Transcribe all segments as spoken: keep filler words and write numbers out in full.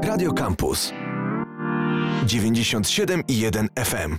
Radio Campus dziewięćdziesiąt siedem i jeden F M.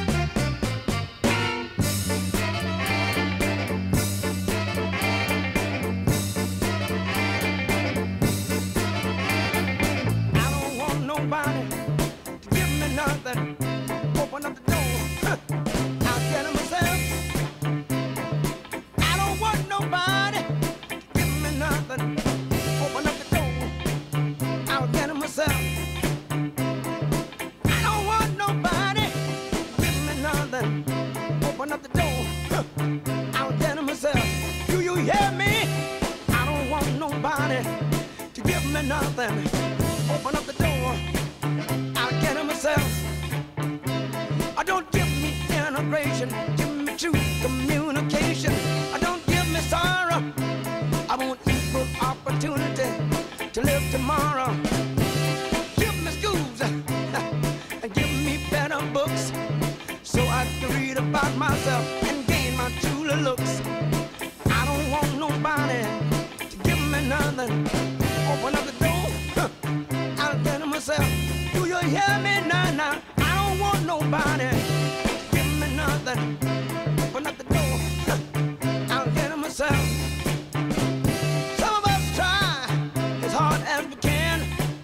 Nothing. Open up the door. I'll get it myself. I don't give me integration. Give me true communication. I don't give me sorrow. I want equal opportunity to live tomorrow. Give me schools and give me better books so I can read about myself and gain my true looks. I don't want nobody to give me nothing. Open up the door, huh, I'll get it myself. Do you hear me now, now? I don't want nobody to give me nothing. Open up the door, huh, I'll get it myself. Some of us try as hard as we can.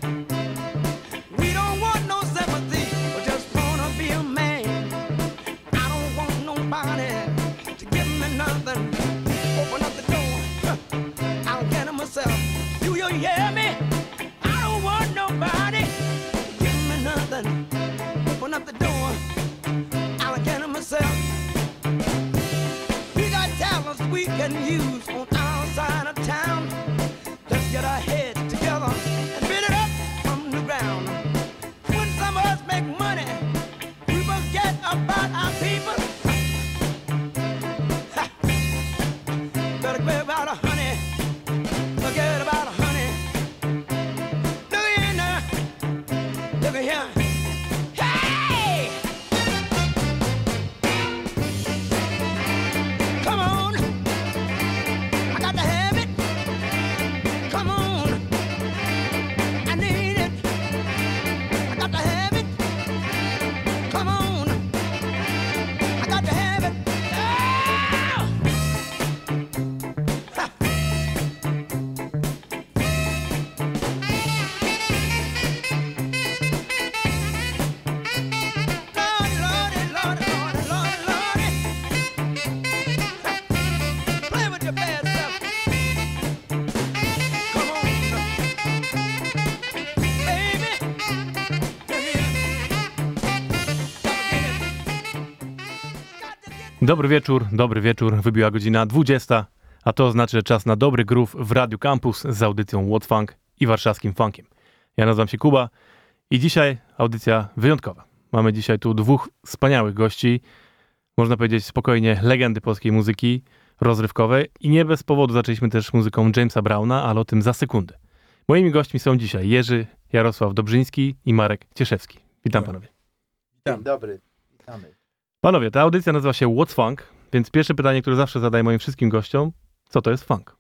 We don't want no sympathy, we just wanna be a man. I don't want nobody to give me nothing. Open up the door, huh, I'll get it myself. Do you hear me? I don't want nobody to give me nothing. Open up the door, I'll get it myself. We got talents we can use on our side of town. Let's get our heads together and build it up from the ground. When some of us make money, we forget about our people. Ha. Better grab about a honey. Forget about a honey. Look in there. Look at here. Hey! Come on. I got to have it. Come on. I need it. I got to have it. Come on. I got to have it. Oh! Ha. Lordy, Lordy, Lordy, Lordy, Lordy. Play with your bad stuff. Come on, baby. Dobry wieczór, dobry wieczór. Wybiła godzina dwudziesta, a to znaczy, że czas na dobry groove w Radiu Campus z audycją What Funk i warszawskim funkiem. Ja nazywam się Kuba i dzisiaj audycja wyjątkowa. Mamy dzisiaj tu dwóch wspaniałych gości, można powiedzieć spokojnie legendy polskiej muzyki rozrywkowej i nie bez powodu zaczęliśmy też muzyką Jamesa Browna, ale o tym za sekundę. Moimi gośćmi są dzisiaj Jerzy Jarosław Dobrzyński i Marek Cieszewski. Witam panowie. Dzień dobry, witamy. Panowie, ta audycja nazywa się What's Funk, więc pierwsze pytanie, które zawsze zadaję moim wszystkim gościom, co to jest funk?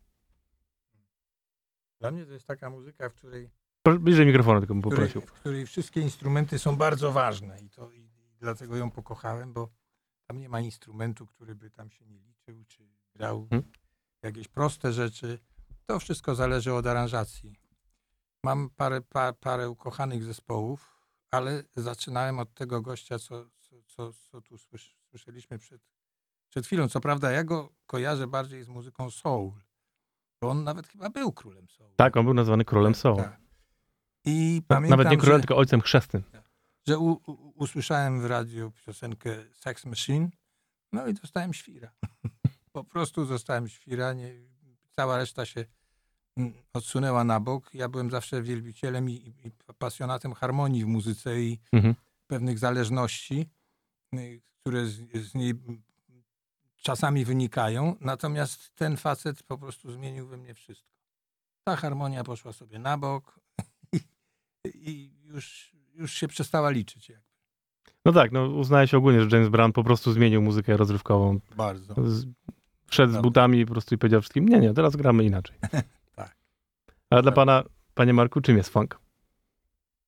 Dla mnie to jest taka muzyka, w której, Proszę, bliżej mikrofonu tylko bym w której, poprosił. w której wszystkie instrumenty są bardzo ważne i, to, i dlatego ją pokochałem, bo tam nie ma instrumentu, który by tam się nie liczył, czy grał Hmm? jakieś proste rzeczy. To wszystko zależy od aranżacji. Mam parę, pa, parę ukochanych zespołów, ale zaczynałem od tego gościa, co, co, co, co tu słysz, słyszeliśmy przed, przed chwilą. Co prawda ja go kojarzę bardziej z muzyką soul, bo on nawet chyba był królem soul. Tak, on był nazwany królem soul. Tak. I pamiętam, Nawet nie królem, że, tylko ojcem chrzestnym. że u, u, usłyszałem w radiu piosenkę Sex Machine, no i dostałem świra. Po prostu dostałem świra, nie, cała reszta się mm, odsunęła na bok. Ja byłem zawsze wielbicielem i, i, i pasjonatem harmonii w muzyce i Mhm. pewnych zależności, y, które z, z niej czasami wynikają. Natomiast ten facet po prostu zmienił we mnie wszystko. Ta harmonia poszła sobie na bok i, i już, już się przestała liczyć. Jakby. No tak, no uznaje się ogólnie, że James Brown po prostu zmienił muzykę rozrywkową. Bardzo. Z, wszedł z butami po prostu i powiedział wszystkim, nie, nie, teraz gramy inaczej. Tak. A dla pana, panie Marku, czym jest funk?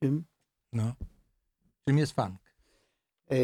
Czym? No. Czym jest funk? E,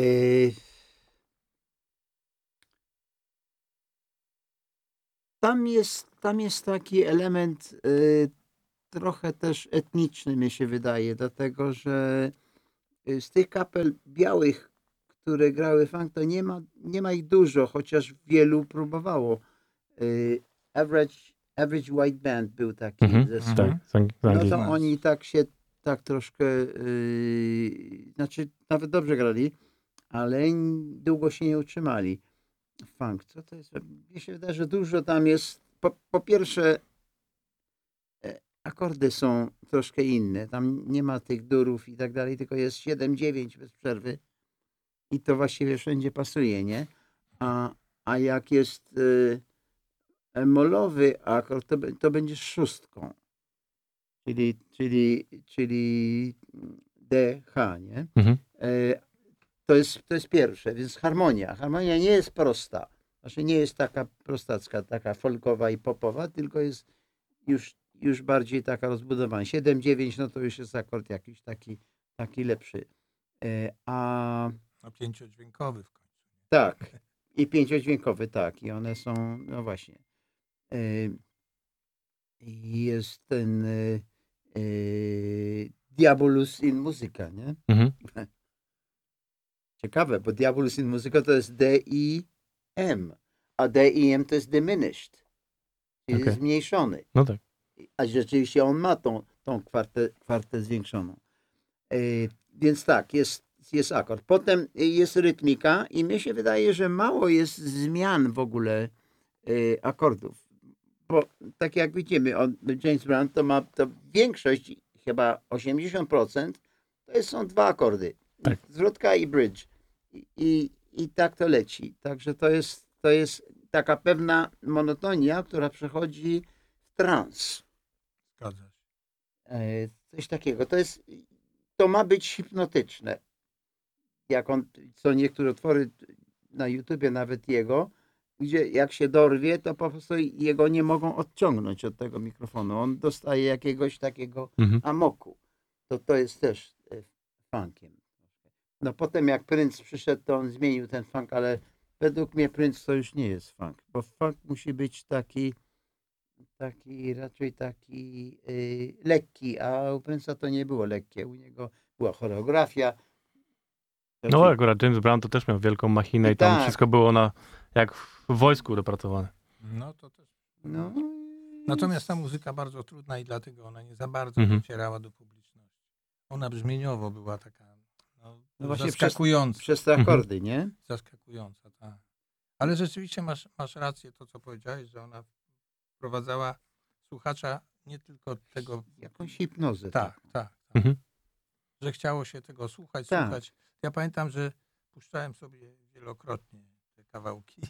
tam, jest, tam jest taki element e, trochę też etniczny, mi się wydaje, dlatego że z tych kapel białych, które grały funk, to nie ma, nie ma ich dużo, chociaż wielu próbowało. E, average, average White Band był taki Mhm. zespół. Tak, z Ang- z No Anglii. to oni tak się, tak troszkę, yy, znaczy nawet dobrze grali, ale n- długo się nie utrzymali. Funk, co to jest? Mi się wydaje, że dużo tam jest. Po, po pierwsze, e, akordy są troszkę inne. Tam nie ma tych durów i tak dalej, tylko jest siedem dziewięć bez przerwy. I to właściwie wszędzie pasuje, nie? A, a jak jest y, molowy akord, to, be- to będziesz szóstką. Czyli, czyli, czyli D, H, nie? Mhm. E, To jest, to jest pierwsze, więc harmonia. Harmonia nie jest prosta. Znaczy nie jest taka prostacka, taka folkowa i popowa, tylko jest już, już bardziej taka rozbudowana. siedem dziewięć, no to już jest akord jakiś taki, taki lepszy. E, A No pięciodźwiękowy w końcu. tak, i pięciodźwiękowy, tak. I one są, no właśnie. E, Jest ten e, e, Diabolus in Musica, nie? Mhm. Ciekawe, bo Diabolus in Musica to jest D I M, a D I M to jest diminished, czyli Okej. zmniejszony. No tak. A rzeczywiście on ma tą, tą kwartę, kwartę zwiększoną. E, więc tak, jest, jest akord. Potem jest rytmika i mi się wydaje, że mało jest zmian w ogóle e, akordów. Bo tak jak widzimy, on, James Brown to ma to większość, chyba osiemdziesiąt procent, to jest, są dwa akordy. Tak. Zwrotka i bridge. I, i, I tak to leci. Także to jest, to jest taka pewna monotonia, która przechodzi w trans. Zgadza się. E, Coś takiego. To jest, to ma być hipnotyczne. Jak on, co niektóre utwory na YouTubie, nawet jego, gdzie jak się dorwie, to po prostu jego nie mogą odciągnąć od tego mikrofonu. On dostaje jakiegoś takiego Mhm. amoku. To to jest też e, funkiem. No potem jak Prince przyszedł, to on zmienił ten funk, ale według mnie Prince to już nie jest funk, bo funk musi być taki taki raczej taki y, lekki, a u Prince'a to nie było lekkie. U niego była choreografia. No Raczej- akurat James Brown to też miał wielką machinę I i tam tak. wszystko było na, jak w wojsku dopracowane. No to też. No, Natomiast ta muzyka bardzo trudna i dlatego ona nie za bardzo Mhm. docierała do publiczności. Ona brzmieniowo była taka no, No właśnie zaskakująca. przez te akordy, nie? Zaskakująca, tak. Ale rzeczywiście masz, masz rację, to co powiedziałeś, że ona wprowadzała słuchacza nie tylko tego... Jakąś hipnozę. Tak, tak. tak. Mhm. Że chciało się tego słuchać, Tak. słuchać. Ja pamiętam, że puszczałem sobie wielokrotnie te kawałki.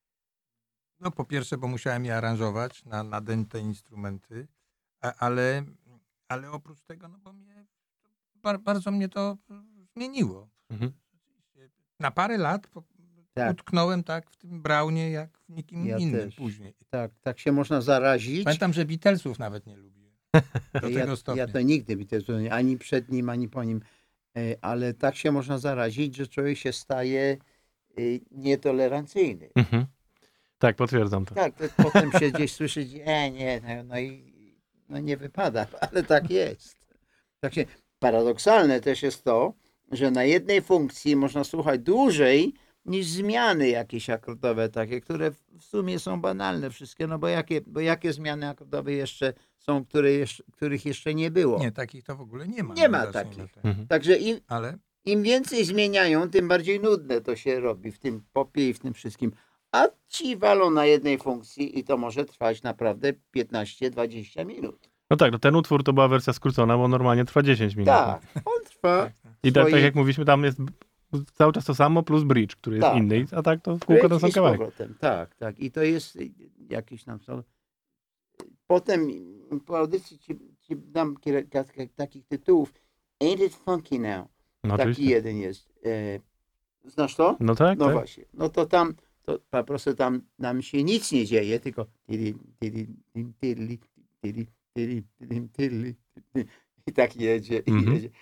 No po pierwsze, bo musiałem je aranżować na, na den- te instrumenty, a, ale, ale oprócz tego, no bo mnie, bar, bardzo mnie to zmieniło. Mhm. Na parę lat po, Tak. utknąłem tak w tym Brownie, jak w nikim Ja innym też. później. Tak, tak się można zarazić. Pamiętam, że Beatlesów nawet nie lubiłem. Do ja, tego stopnia. ja to nigdy mi też ani przed nim, ani po nim. E, Ale tak się można zarazić, że człowiek się staje y, nietolerancyjny. Mhm. Tak, potwierdzam to. Tak, to potem się gdzieś słyszy, e, nie, no, no i no nie wypada, ale tak jest. Tak się, paradoksalne też jest to, że na jednej funkcji można słuchać dłużej niż zmiany jakieś akordowe takie, które w sumie są banalne wszystkie, no bo jakie, bo jakie zmiany akordowe jeszcze są, które jeszcze, których jeszcze nie było. Nie, takich to w ogóle nie ma. Nie ma Zacznijmy takich. od tego. Mhm. Także im, Ale im więcej zmieniają, tym bardziej nudne to się robi w tym popie i w tym wszystkim. A ci walą na jednej funkcji i to może trwać naprawdę piętnaście dwadzieścia minut. No tak, no ten utwór to była wersja skrócona, bo normalnie trwa dziesięć minut. Tak, on trwa. tak, tak. I tak, tak swoje- jak mówiliśmy, tam jest cały czas to samo plus bridge, który jest Tak. inny, a tak to w kółko to i są z kawałek. powrotem. Tak, tak. I to jest y, jakiś tam są. Potem po audycji ci, ci dam kilka takich tytułów. Ain't it funky now? No Taki oczywiście. jeden jest. E, znasz to? No tak, No tak. właśnie. No to tam, to po prostu tam nam się nic nie dzieje, tylko tiri, tiri, tiri, tiri, tiri, tiri, tiri, tiri, tiri. I tak jedzie, i Mhm. jedzie.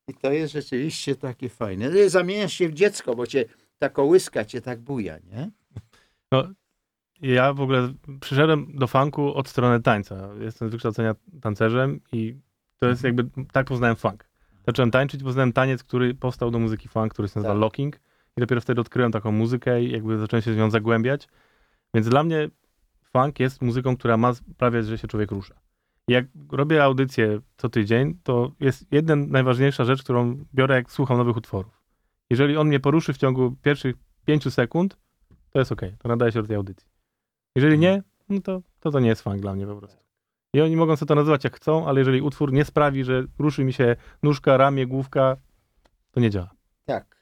I to jest rzeczywiście takie fajne. Zamieniasz się w dziecko, bo cię ta kołyska cię tak buja, nie? No, ja w ogóle przyszedłem do funku od strony tańca. Jestem z wykształcenia tancerzem i to jest jakby, tak poznałem funk. Zacząłem tańczyć, poznałem taniec, który powstał do muzyki funk, który się nazywa Tak. locking i dopiero wtedy odkryłem taką muzykę i jakby zacząłem się z nią zagłębiać. Więc dla mnie funk jest muzyką, która ma sprawiać, że się człowiek rusza. I jak robię audycję co tydzień, to jest jedna najważniejsza rzecz, którą biorę, jak słucham nowych utworów. Jeżeli on mnie poruszy w ciągu pierwszych pięciu sekund, to jest okej, to nadaje się do tej audycji. Jeżeli nie, no to, to to nie jest funk dla mnie po prostu. I oni mogą sobie to nazywać jak chcą, ale jeżeli utwór nie sprawi, że ruszy mi się nóżka, ramię, główka, to nie działa. Tak.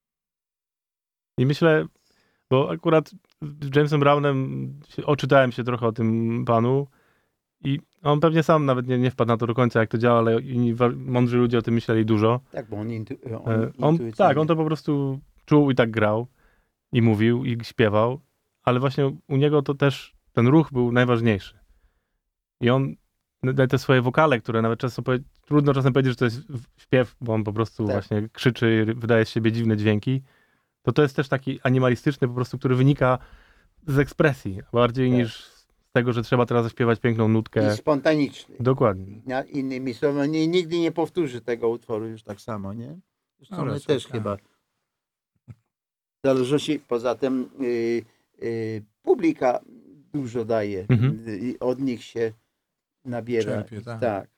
I myślę, bo akurat z Jamesem Brownem się- oczytałem się trochę o tym panu i on pewnie sam nawet nie, nie wpadł na to do końca, jak to działa, ale inni wa- mądrzy ludzie o tym myśleli dużo. Tak, bo on, intu, on, E, On, intuicyjnie- tak, on to po prostu czuł i tak grał i mówił i śpiewał, ale właśnie u niego to też ten ruch był najważniejszy. I on daje te swoje wokale, które nawet często powie- trudno czasem powiedzieć, że to jest w- śpiew, bo on po prostu Tak. właśnie krzyczy, wydaje z siebie dziwne dźwięki. To to jest też taki animalistyczny po prostu, który wynika z ekspresji, bardziej Tak. niż z tego, że trzeba teraz zaśpiewać piękną nutkę. I spontaniczny. Dokładnie. Na, innymi słowy, nie, nigdy nie powtórzy tego utworu już tak samo, nie? Zresztą No, my raczej też tak. chyba. W zależności, poza tym y, y, publika dużo daje. Mhm. Y, od nich się nabiera. Czerpie, tak. tak.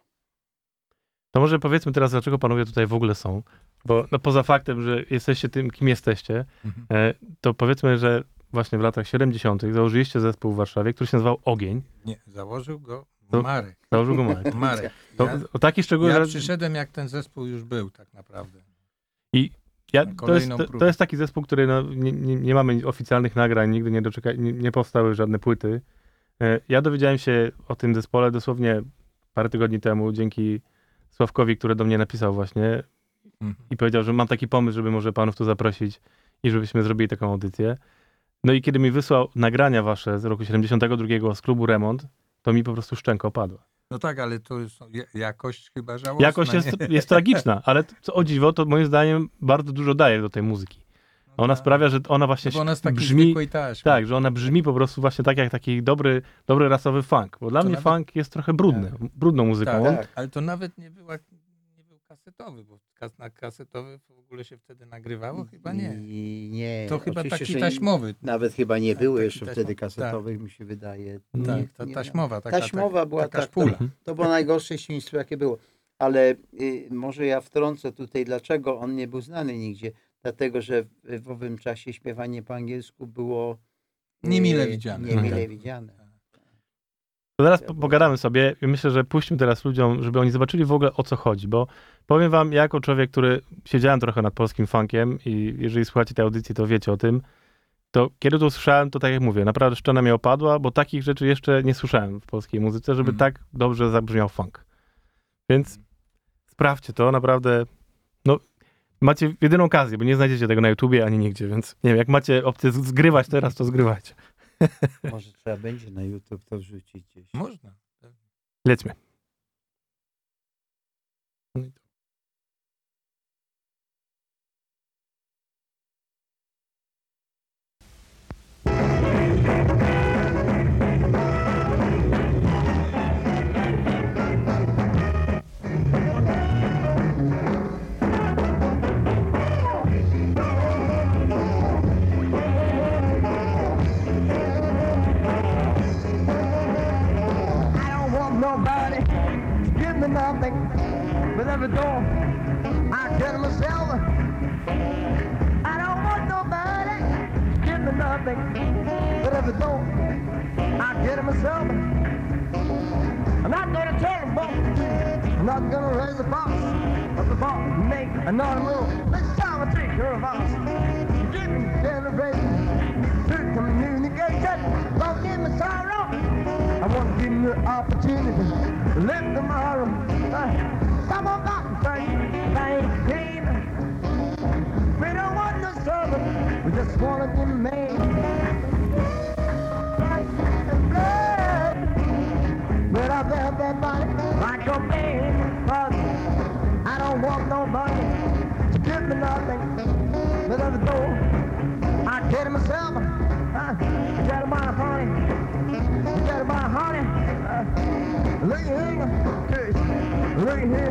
To może powiedzmy teraz, dlaczego panowie tutaj w ogóle są. Bo no, poza faktem, że jesteście tym, kim jesteście, Mhm. e, to powiedzmy, że właśnie w latach siedemdziesiątych założyliście zespół w Warszawie, który się nazywał Ogień. Nie, założył go To- Marek. Założył go Marek. Marek. To, Ja, o taki szczegół, ja że... przyszedłem, jak ten zespół już był tak naprawdę. I ja, na to, jest, kolejną to, próbę. to jest taki zespół, który no, nie, nie, nie mamy oficjalnych nagrań, nigdy nie, doczeka, nie, nie powstały żadne płyty. E, Ja dowiedziałem się o tym zespole dosłownie parę tygodni temu dzięki Sławkowi, który do mnie napisał właśnie Mhm. i powiedział, że mam taki pomysł, żeby może panów tu zaprosić i żebyśmy zrobili taką audycję. No i kiedy mi wysłał nagrania wasze z roku siedemdziesiątego drugiego z klubu Remont, to mi po prostu szczęka opadła. No tak, ale to jest ja- jakość chyba żałosna. Jakość jest, nie? jest tragiczna, ale co o dziwo, to moim zdaniem bardzo dużo daje do tej muzyki. Ona tak. sprawia, że ona właśnie Bo ona jest taki brzmi, zwykłej taśmy. tak, że ona brzmi po prostu właśnie tak jak taki dobry, dobry rasowy funk. Bo dla To mnie nawet- funk jest trochę brudny, brudną muzyką. Tak, On, tak. ale to nawet nie, była, nie był kasetowy, bo kas, na kasetowy w ogóle się wtedy nagrywało? Chyba nie. I nie. To chyba Oczywiście, taki że taśmowy. Nawet chyba nie Tak, było taki jeszcze taśmo- wtedy tak. kasetowych, mi się wydaje. Mhm. Tak, ta Nie- taśmowa. Taka, Taśmowa była taka tak, szpula. tak. To było najgorsze świństwo, jakie było. Ale y, może ja wtrącę tutaj, dlaczego on nie był znany nigdzie. Dlatego, że w, w owym czasie śpiewanie po angielsku było y, Niemile widziane. Niemile Tak. widziane. To zaraz po, pogadamy sobie i myślę, że puśćmy teraz ludziom, żeby oni zobaczyli w ogóle o co chodzi, bo powiem wam, ja jako człowiek, który siedziałem trochę nad polskim funkiem i jeżeli słuchacie tej audycji, to wiecie o tym, to kiedy to usłyszałem, to tak jak mówię, naprawdę szczena mnie opadła, bo takich rzeczy jeszcze nie słyszałem w polskiej muzyce, żeby Mhm. tak dobrze zabrzmiał funk. Więc sprawdźcie to, naprawdę, no macie jedyną okazję, bo nie znajdziecie tego na YouTubie ani nigdzie, więc nie wiem, jak macie opcję z- zgrywać teraz, to zgrywajcie. Może trzeba będzie na YouTube to wrzucić gdzieś. Można. Lećmy. I don't want nobody to give me nothing. With every door, I get it myself. I don't want nobody to give me nothing. With every door, I get it myself. I'm not gonna tell them boss. I'm not gonna raise the boss. But the boss make another move. Let's time I take care of us. Giving generation to communication. Don't give me sorrow. I want to give you the opportunity to live tomorrow. Uh, come on back, friend, thank team. We don't want no trouble, we just want to be made. But I love that body like a man. I don't want nobody to give me nothing but at the door. I carry myself, uh, carry my honey, carry my honey. Uh, look here, look here.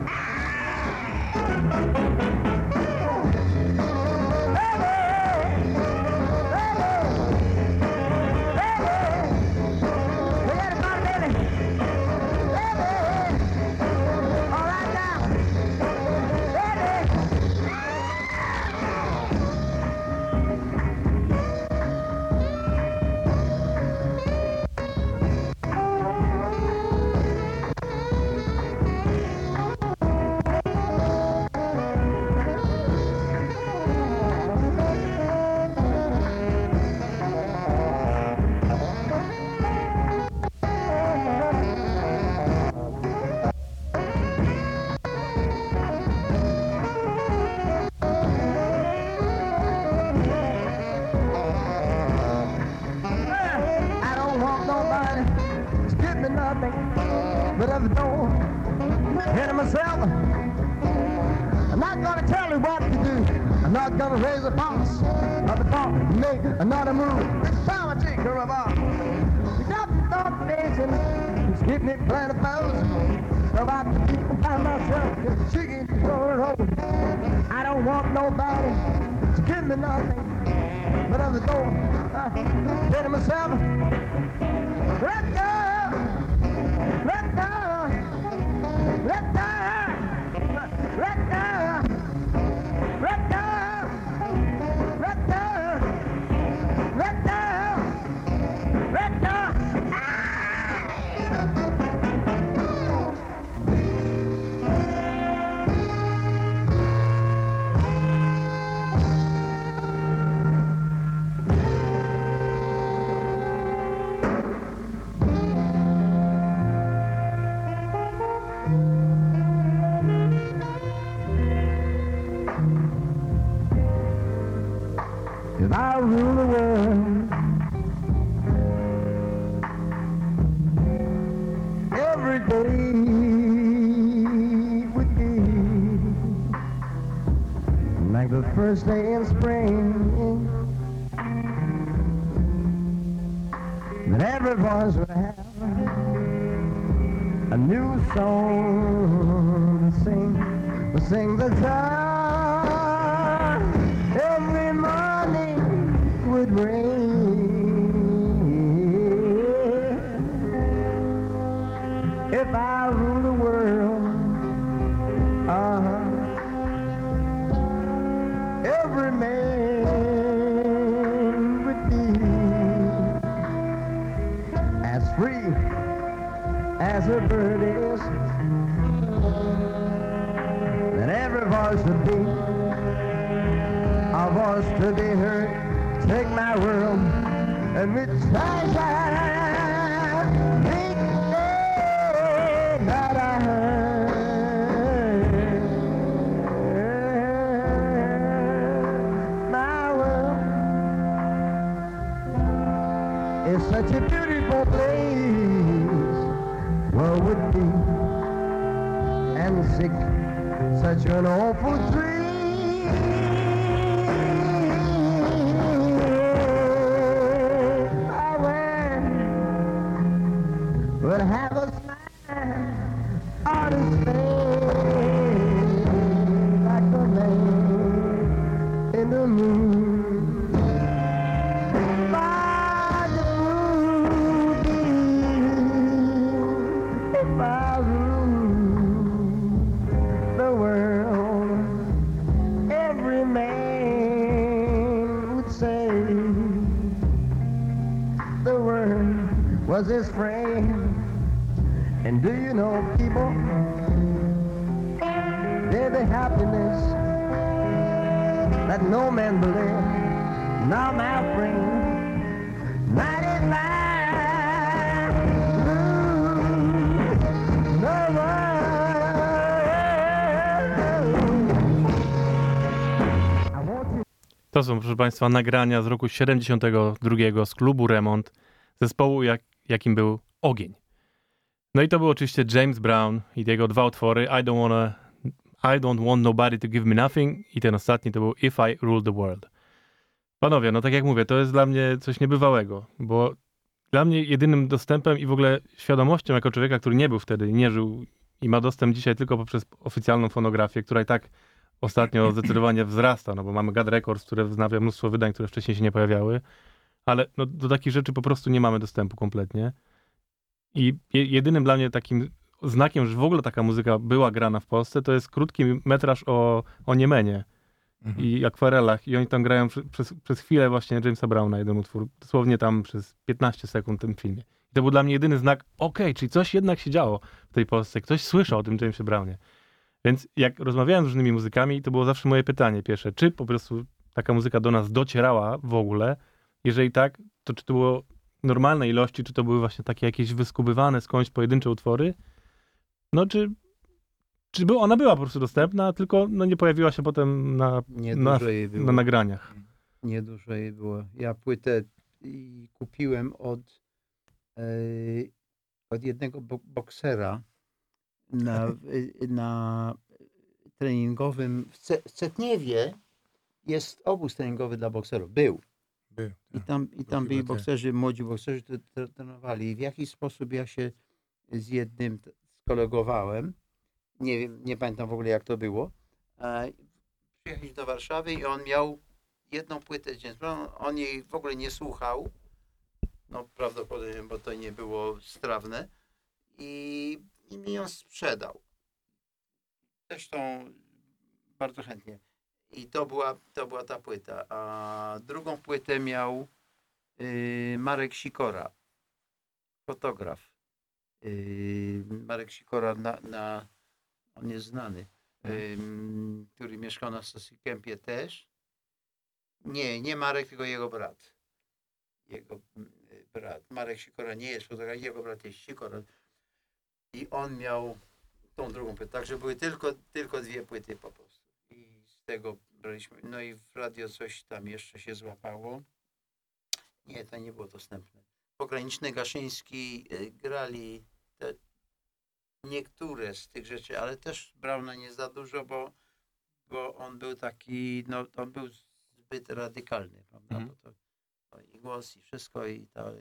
But at the door, hitting myself. I'm not gonna tell you what to do. I'm not gonna raise a fuss. Not the thought to make another move. This time I take her about. You got the thought facing. It's getting it plenty fellas. So I can find myself just chicken going home. I don't want nobody to give me nothing. But at the door, I'm hitting myself. Let go. Let go, let go, let go, let go, let go, let go, let go. If I rule the world, every day would be like the first day in spring, that every voice would have a new song to sing, to sing the time. Every morning would rain. If I rule the world, uh-huh, every man would be as free as a bird is, that every voice would be a voice to be heard. Take my world and with treasure, think that I heard. My world is such a beautiful place, what would be, and sick, such an awful dream. Would have a smile on his face like the man in the moon. By the moonbeam, if I rule the world, every man would say the world was his friend. And do you know, people, they're the happiness that no man believes. Now, my friend, ninety-nine, no one. To są, proszę Państwa, nagrania z roku siedemdziesiątego drugiego z klubu Remont, zespołu, jak, jakim był Ogień. No i to był oczywiście James Brown i jego dwa utwory I Don't Wanna, I Don't Want Nobody to Give Me Nothing i ten ostatni to był If I Rule the World. Panowie, no tak jak mówię, to jest dla mnie coś niebywałego, bo dla mnie jedynym dostępem i w ogóle świadomością jako człowieka, który nie był wtedy, nie żył i ma dostęp dzisiaj tylko poprzez oficjalną fonografię, która i tak ostatnio zdecydowanie wzrasta, no bo mamy Gad Records, które wznawia mnóstwo wydań, które wcześniej się nie pojawiały, ale no, do takich rzeczy po prostu nie mamy dostępu kompletnie. I je, jedynym dla mnie takim znakiem, że w ogóle taka muzyka była grana w Polsce, to jest krótki metraż o, o Niemenie mhm. i akwarelach. I oni tam grają przy, przez, przez chwilę właśnie Jamesa Browna, jeden utwór, dosłownie tam przez piętnaście sekund w tym filmie. I to był dla mnie jedyny znak, okej, okay, czyli coś jednak się działo w tej Polsce, ktoś słyszał o tym Jamesie Brownie. Więc jak rozmawiałem z różnymi muzykami, to było zawsze moje pytanie pierwsze, czy po prostu taka muzyka do nas docierała w ogóle? Jeżeli tak, to czy to było normalne ilości, czy to były właśnie takie jakieś wyskubywane skądś pojedyncze utwory? No czy, czy by, ona była po prostu dostępna, tylko no, nie pojawiła się potem na, na, na nagraniach. Niedużo jej było. Ja płytę i kupiłem od, e, od jednego bo- boksera na, na treningowym w, Ce- w Cetniewie. Jest obóz treningowy dla bokserów. Był. Był. I tam, i tam byli bokserzy, młodzi bokserzy, którzy trenowali. I w jakiś sposób ja się z jednym skolegowałem. Nie wiem, nie pamiętam w ogóle jak to było. Przyjechaliśmy do Warszawy i on miał jedną płytę James Brown. On jej w ogóle nie słuchał. No prawdopodobnie, bo to nie było strawne. I, i mi ją sprzedał. Zresztą bardzo chętnie. I to była, to była ta płyta. A drugą płytę miał yy, Marek Sikora, fotograf. Yy, Marek Sikora, na, na, on jest znany, yy, który mieszkał na Stosy Kępie też. Nie, nie Marek, tylko jego brat. Jego yy, brat. Marek Sikora nie jest fotograf, jego brat jest Sikora. I on miał tą drugą płytę. Także były tylko, tylko dwie płyty po prostu. I z tego braliśmy. No i w radio coś tam jeszcze się złapało. Nie, to nie było dostępne. Pograniczny Gaszyński y, grali te, niektóre z tych rzeczy, ale też Brauna nie za dużo, bo, bo on był taki, no on był zbyt radykalny, prawda? Mm. Bo to, to i głos, i wszystko, i to.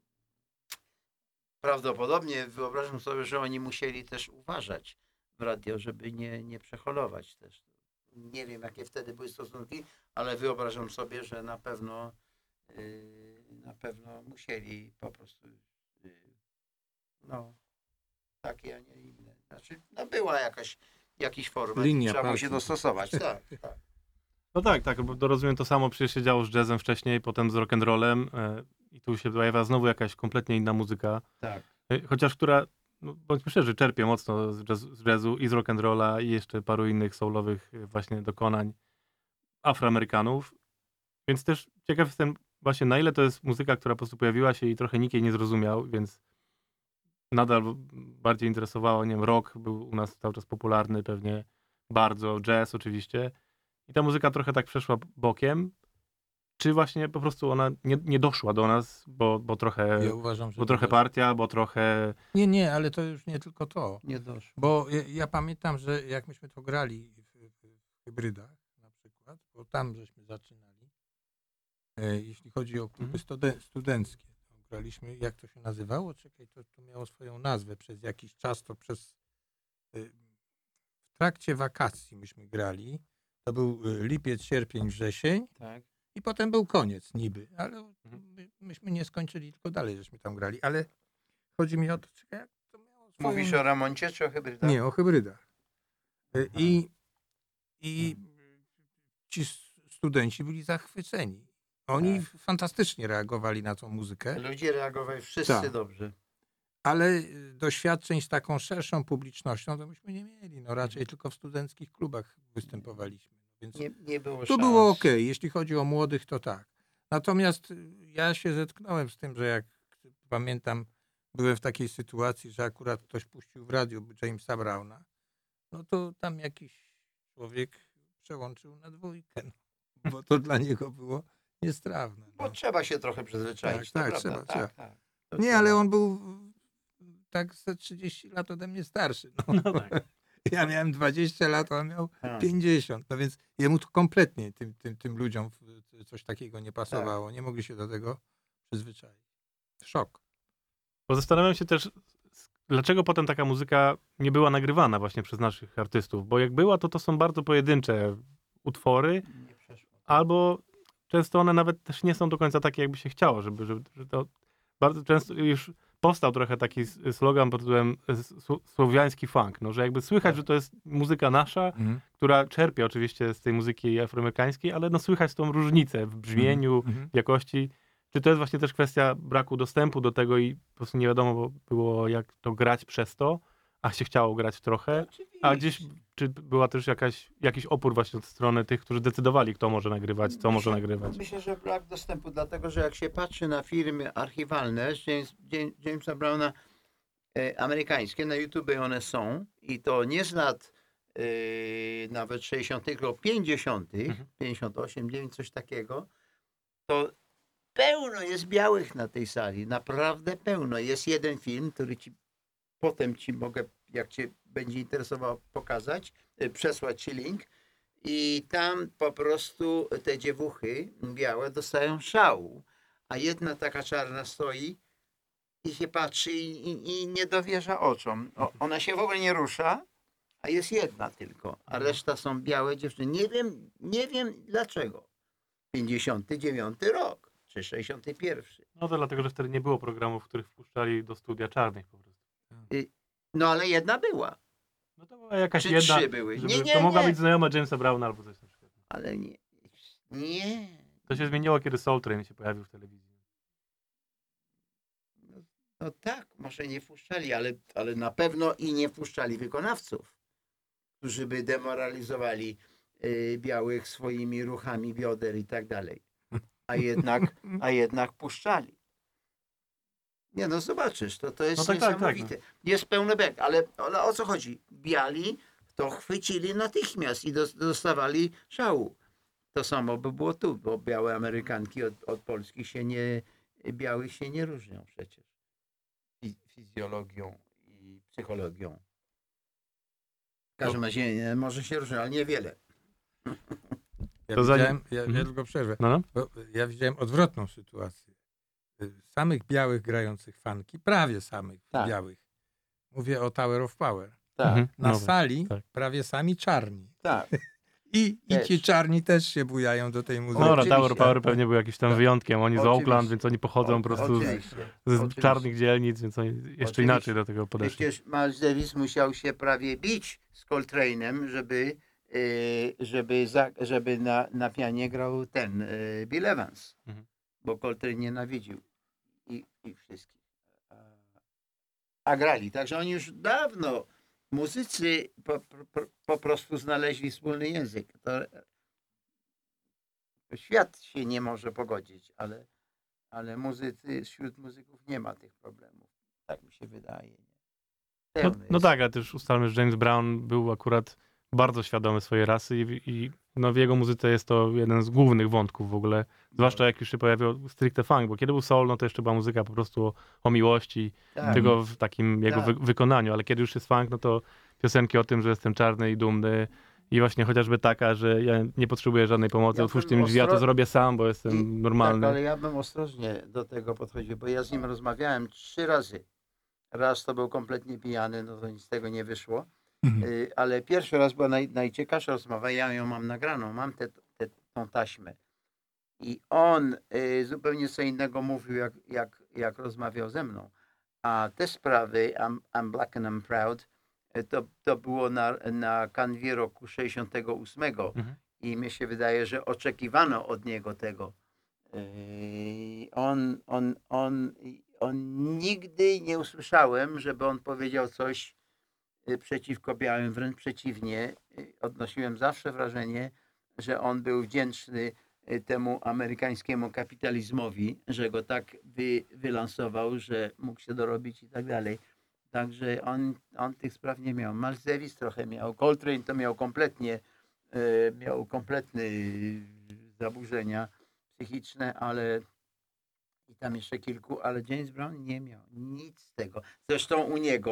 Prawdopodobnie wyobrażam sobie, że oni musieli też uważać w radio, żeby nie, nie przeholować też. Nie wiem, jakie wtedy były stosunki, ale wyobrażam sobie, że na pewno yy, na pewno musieli po prostu yy, no takie, a nie inne. Znaczy, no była jakaś jakiś format, trzeba było się dostosować. Tak, tak. No tak, tak, bo rozumiem, to samo przecież się działo z jazzem wcześniej, potem z rock'n'rollem yy, i tu się pojawia znowu jakaś kompletnie inna muzyka. Tak. Yy, chociaż która, no, bądźmy szczerzy, czerpie mocno z, jazz, z jazzu i z rock'n'rolla i jeszcze paru innych soulowych właśnie dokonań Afroamerykanów. Więc też ciekaw jestem właśnie, na ile to jest muzyka, która po prostu pojawiła się i trochę nikt jej nie zrozumiał, więc nadal bardziej interesowało, nie wiem, rock był u nas cały czas popularny pewnie bardzo, jazz oczywiście. I ta muzyka trochę tak przeszła bokiem. Czy właśnie po prostu ona nie, nie doszła do nas, bo, bo trochę, ja uważam, że bo trochę partia, bo trochę... Nie, nie, ale to już nie tylko to. Nie doszło. Bo ja, ja pamiętam, że jak myśmy to grali w, w, w hybrydach na przykład, bo tam żeśmy zaczynali, e, jeśli chodzi o kluby studen- studenckie, to graliśmy, jak to się nazywało? Czekaj, to, to miało swoją nazwę przez jakiś czas, to przez... E, w trakcie wakacji myśmy grali, to był lipiec, sierpień, wrzesień. Tak. I potem był koniec niby, ale my, myśmy nie skończyli, tylko dalej żeśmy tam grali, ale chodzi mi o to, czekaj, jak to miało swoją... Mówisz o Ramoncie czy o hybrydach? Nie, o hybrydach. I, i ci studenci byli zachwyceni. Oni tak. fantastycznie reagowali na tą muzykę. Ludzie reagowali wszyscy tak. dobrze. Ale doświadczeń z taką szerszą publicznością to myśmy nie mieli. No raczej tylko w studenckich klubach występowaliśmy. Więc nie, nie było to szans. było okej. Okay. Jeśli chodzi o młodych, to tak. Natomiast ja się zetknąłem z tym, że jak pamiętam, byłem w takiej sytuacji, że akurat ktoś puścił w radiu Jamesa Browna, no to tam jakiś człowiek przełączył na dwójkę, no, bo to dla niego było niestrawne. No. Bo trzeba się trochę przyzwyczaić. Tak, tak, trzeba, tak, trzeba. Tak, nie, trzeba. Ale on był tak ze trzydzieści lat ode mnie starszy. No, no tak. Ja miałem dwadzieścia lat, a on miał Tak. pięćdziesiąt. No więc jemu to kompletnie, tym, tym, tym ludziom coś takiego nie pasowało. Nie mogli się do tego przyzwyczaić. Szok. Bo zastanawiam się też, dlaczego potem taka muzyka nie była nagrywana właśnie przez naszych artystów. Bo jak była, to to są bardzo pojedyncze utwory, Nie przeszło. albo często one nawet też nie są do końca takie, jakby się chciało, żeby, żeby że to bardzo często już powstał trochę taki s- slogan pod tytułem e, sł- słowiański funk, no, że jakby słychać, że to jest muzyka nasza, Mhm. która czerpie oczywiście z tej muzyki afroamerykańskiej, ale no słychać tą różnicę w brzmieniu, Mhm. w jakości. Czy to jest właśnie też kwestia braku dostępu do tego i po prostu nie wiadomo było, jak to grać przez to, a się chciało grać trochę? A gdzieś, czy była też jakaś, jakiś opór właśnie od strony tych, którzy decydowali, kto może nagrywać, co może nagrywać? Myślę, że brak dostępu, dlatego że jak się patrzy na filmy archiwalne z James, James, Jamesa Browna e, amerykańskie, na YouTube one są i to nie z lat e, nawet sześćdziesiątych, tylko pięćdziesiątych, Mhm. pięćdziesiąt osiem, dziewięć, coś takiego, to pełno jest białych na tej sali, naprawdę pełno. Jest jeden film, który ci potem ci mogę, jak cię będzie interesowało, pokazać, y, przesłać ci link. I tam po prostu te dziewuchy białe dostają szału, a jedna taka czarna stoi i się patrzy i, i, i nie dowierza oczom. O, ona się w ogóle nie rusza, a jest jedna tylko, a reszta są białe dziewczyny. Nie wiem, nie wiem dlaczego. pięćdziesiąty dziewiąty rok, czy sześćdziesiąty pierwszy. No to dlatego, że wtedy nie było programów, w których wpuszczali do studia czarnych po prostu. No ale jedna była, No to była jakaś czy jedna, trzy były. żeby, Nie, nie, to mogła nie. być znajoma Jamesa Browna albo coś na przykład. Ale nie, nie. To się zmieniło, kiedy Soul Train się pojawił w telewizji. No tak, może nie wpuszczali, ale, ale na pewno i nie wpuszczali wykonawców, którzy by demoralizowali y, białych swoimi ruchami bioder i tak dalej. A jednak, a jednak puszczali. Nie no, zobaczysz, to, to jest No tak, tak, tak, niesamowite. Jest pełny bek, ale, ale o co chodzi? Biali to chwycili natychmiast i dos- dostawali szału. To samo by było tu, bo białe Amerykanki od, od polskich się nie, białych się nie różnią przecież. Fi- fizjologią i psychologią. W każdym razie nie, może się różnią, ale niewiele. Ja, To zanim- widziałem, ja, ja Mhm. tylko przerwę. No, no. Bo ja widziałem odwrotną sytuację. Y, Samych białych grających funky, prawie samych Tak. białych. Mówię o Tower of Power. Tak, Mhm. Na No, sali tak. prawie sami czarni. tak. I, I Też. ci czarni też się bujają do tej muzyki. No, no Oczywiście. Tower Power pewnie był jakiś tam Tak. wyjątkiem. Oni z Oczywiście. Oakland, więc oni pochodzą po prostu z, Oczywiście. z Oczywiście. czarnych dzielnic, więc oni jeszcze Oczywiście. inaczej do tego podeszli. Przecież Miles Davis musiał się prawie bić z Coltrane'em, żeby, y, żeby, za, żeby na, na pianie grał ten y, Bill Evans. Mhm. Bo Coltrane nienawidził i, i wszystkich. A, a grali. Także oni już dawno, muzycy po, po, po prostu znaleźli wspólny język. To, świat się nie może pogodzić, ale, ale muzycy, wśród muzyków nie ma tych problemów. Tak mi się wydaje. Nie? No, Pełno no jest. tak, a też ustalmy, że James Brown był akurat bardzo świadomy swojej rasy i, i no w jego muzyce jest to jeden z głównych wątków w ogóle. Zwłaszcza jak już się pojawił stricte funk, bo kiedy był soul, no to jeszcze była muzyka po prostu o, o miłości, Tak. tylko w takim jego Tak. wy, wykonaniu, ale kiedy już jest funk, no to piosenki o tym, że jestem czarny i dumny i właśnie chociażby taka, że ja nie potrzebuję żadnej pomocy, Ja otwórzcie bym mi drzwi, ja to ostro- zrobię sam, bo I- jestem normalny. Tak, ale ja bym ostrożnie do tego podchodził, bo ja z nim rozmawiałem trzy razy. Raz to był kompletnie pijany, no to nic z tego nie wyszło. Mhm. Y, ale pierwszy raz była naj, najciekawsza rozmowa, ja ją mam nagraną, mam tę te, tą taśmę. I on y, zupełnie co innego mówił, jak, jak, jak rozmawiał ze mną. A te sprawy, I'm, I'm Black and I'm Proud, y, to, to było na, na kanwie roku sześćdziesiątego ósmego. Mhm. I mi się wydaje, że oczekiwano od niego tego. Yy, On, on, on, on nigdy nie usłyszałem, żeby on powiedział coś y, przeciwko białym, wręcz przeciwnie. Y, Odnosiłem zawsze wrażenie, że on był wdzięczny y, temu amerykańskiemu kapitalizmowi, że go tak wy, wylansował, że mógł się dorobić i tak dalej. Także on, on tych spraw nie miał. Miles Davis trochę miał. Coltrane to miał kompletnie, y, miał kompletne y, zaburzenia psychiczne, ale i tam jeszcze kilku, ale James Brown nie miał nic z tego. Zresztą u niego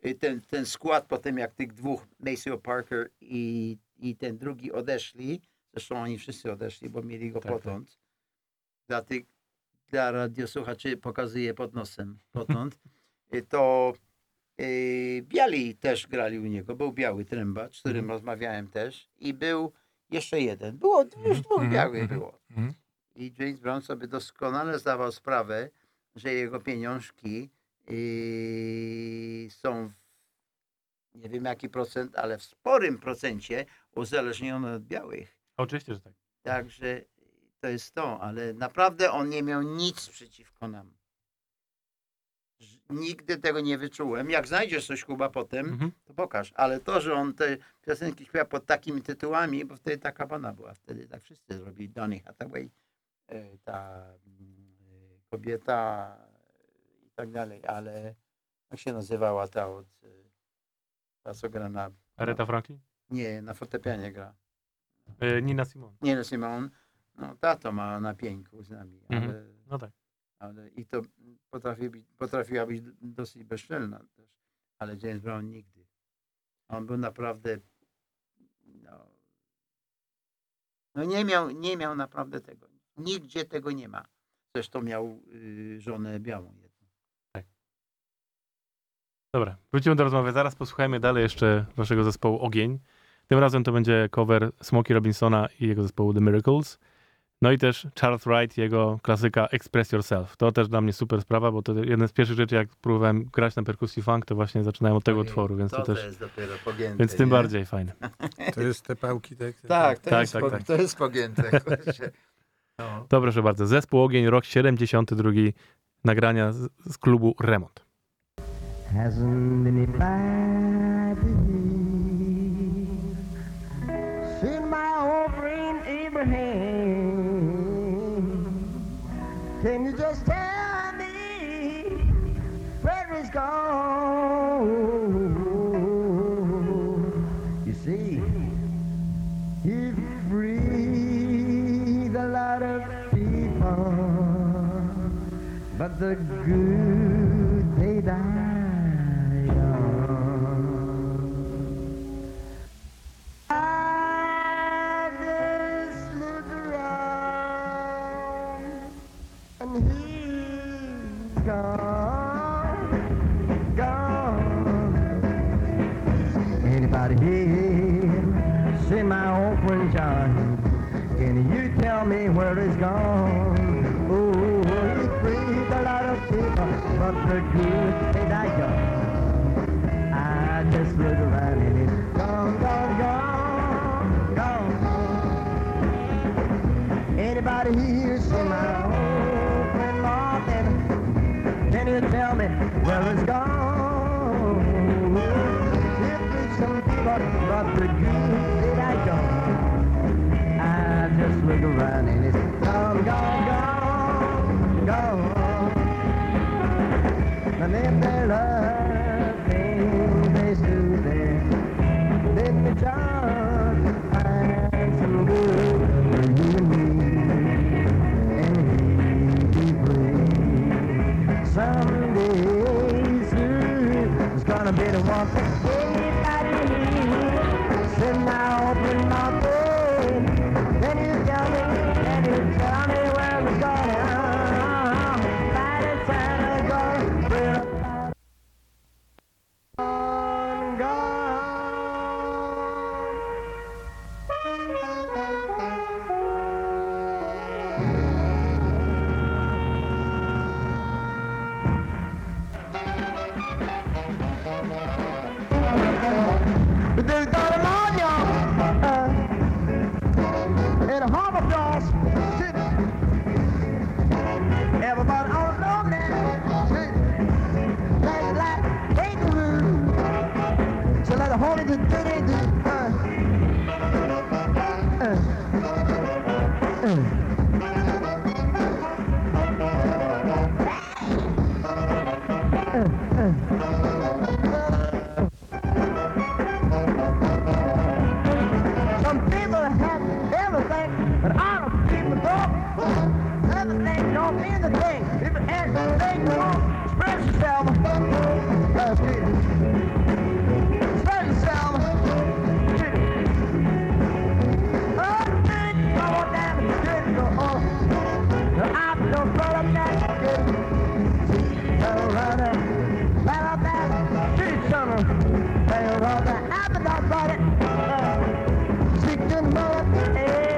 y, ten, ten skład potem, jak tych dwóch, Maceo Parker i, i ten drugi odeszli, zresztą oni wszyscy odeszli, bo mieli go Tak, potąd. Dla tych, dla radiosłuchaczy pokazuję pod nosem potąd. Y, to y, biali też grali u niego. Był biały trębacz, z którym Mhm. rozmawiałem też. I był jeszcze jeden. Było już dwóch Mhm, białych mhm, było. mhm. I James Brown sobie doskonale zdawał sprawę, że jego pieniążki yy, są w, nie wiem jaki procent, ale w sporym procencie uzależnione od białych. Oczywiście, że tak. Także to jest to, ale naprawdę on nie miał nic przeciwko nam. Ż- Nigdy tego nie wyczułem. Jak znajdziesz coś, Kuba, potem, Mhm. to pokaż. Ale to, że on te piosenki śpiewa pod takimi tytułami, bo wtedy taka banda była. Wtedy tak wszyscy zrobili. Donny Hathaway, e, ta mm, e, kobieta i tak dalej. Ale jak się nazywała ta od... e, Ta, co gra na... Aretha Franklin? Nie, na fortepianie gra. E, Nina Simone. Nie, no Simon. No tato ma na pieńku z nami, ale... Mhm. No tak. Ale i to potrafi być, potrafiła być dosyć bezczelna też. Ale James Brown nigdy. On był naprawdę, no, no nie miał, nie miał naprawdę tego. Nigdzie tego nie ma. Zresztą miał y, żonę białą jedną. Dobra, wrócimy do rozmowy. Zaraz posłuchajmy dalej jeszcze waszego zespołu Ogień. Tym razem to będzie cover Smokey Robinsona i jego zespołu The Miracles. No i też Charles Wright, jego klasyka Express Yourself. To też dla mnie super sprawa, bo to jedna z pierwszych rzeczy, jak próbowałem grać na perkusji funk, to właśnie zaczynałem od tego Ojej, utworu, więc to, to też, jest dopiero pogięte. więc tym nie? bardziej fajne. To jest te pałki, tak? Tak, to, Tak, jest, tak, po, tak. to jest pogięte. kurczę. No. To proszę bardzo, zespół Ogień, rok siedemdziesiąty drugi, nagrania z, z klubu Remont. Hasn't anybody seen my old friend Abraham? Can you just tell me where he's gone? You see, he freed a lot of people, but the good they die. I just look around and he's gone, gone. Anybody here see my old friend John? Can you tell me where he's gone? Oh, he freed a lot of people, but the good they die young. I just look around and it's gone, gone, gone, gone. Anybody here see my old friend Martin? Can you tell me where it's gone? It was some people, but the good they die young. I just look around and it's gone, gone, gone, gone. And if they love things they do there, let me just find some good for you and me, and we be free. Someday soon, it's gonna be the one for anybody here. Sit now, open my door. Can you tell me, can you tell me where we're going? By the time I go, we're gone, gone. But there's got a lawn, y'all, uh, in a harbor cross city. Everybody on the road now, like like kangaroo. So let the holy do do do do. Uh, uh, uh. Some people have everything, but other people don't. Everything don't mean the thing. If it has the thing, you don't express yourself. Uh, excuse me. everybody. Uh, sweet mother, hey.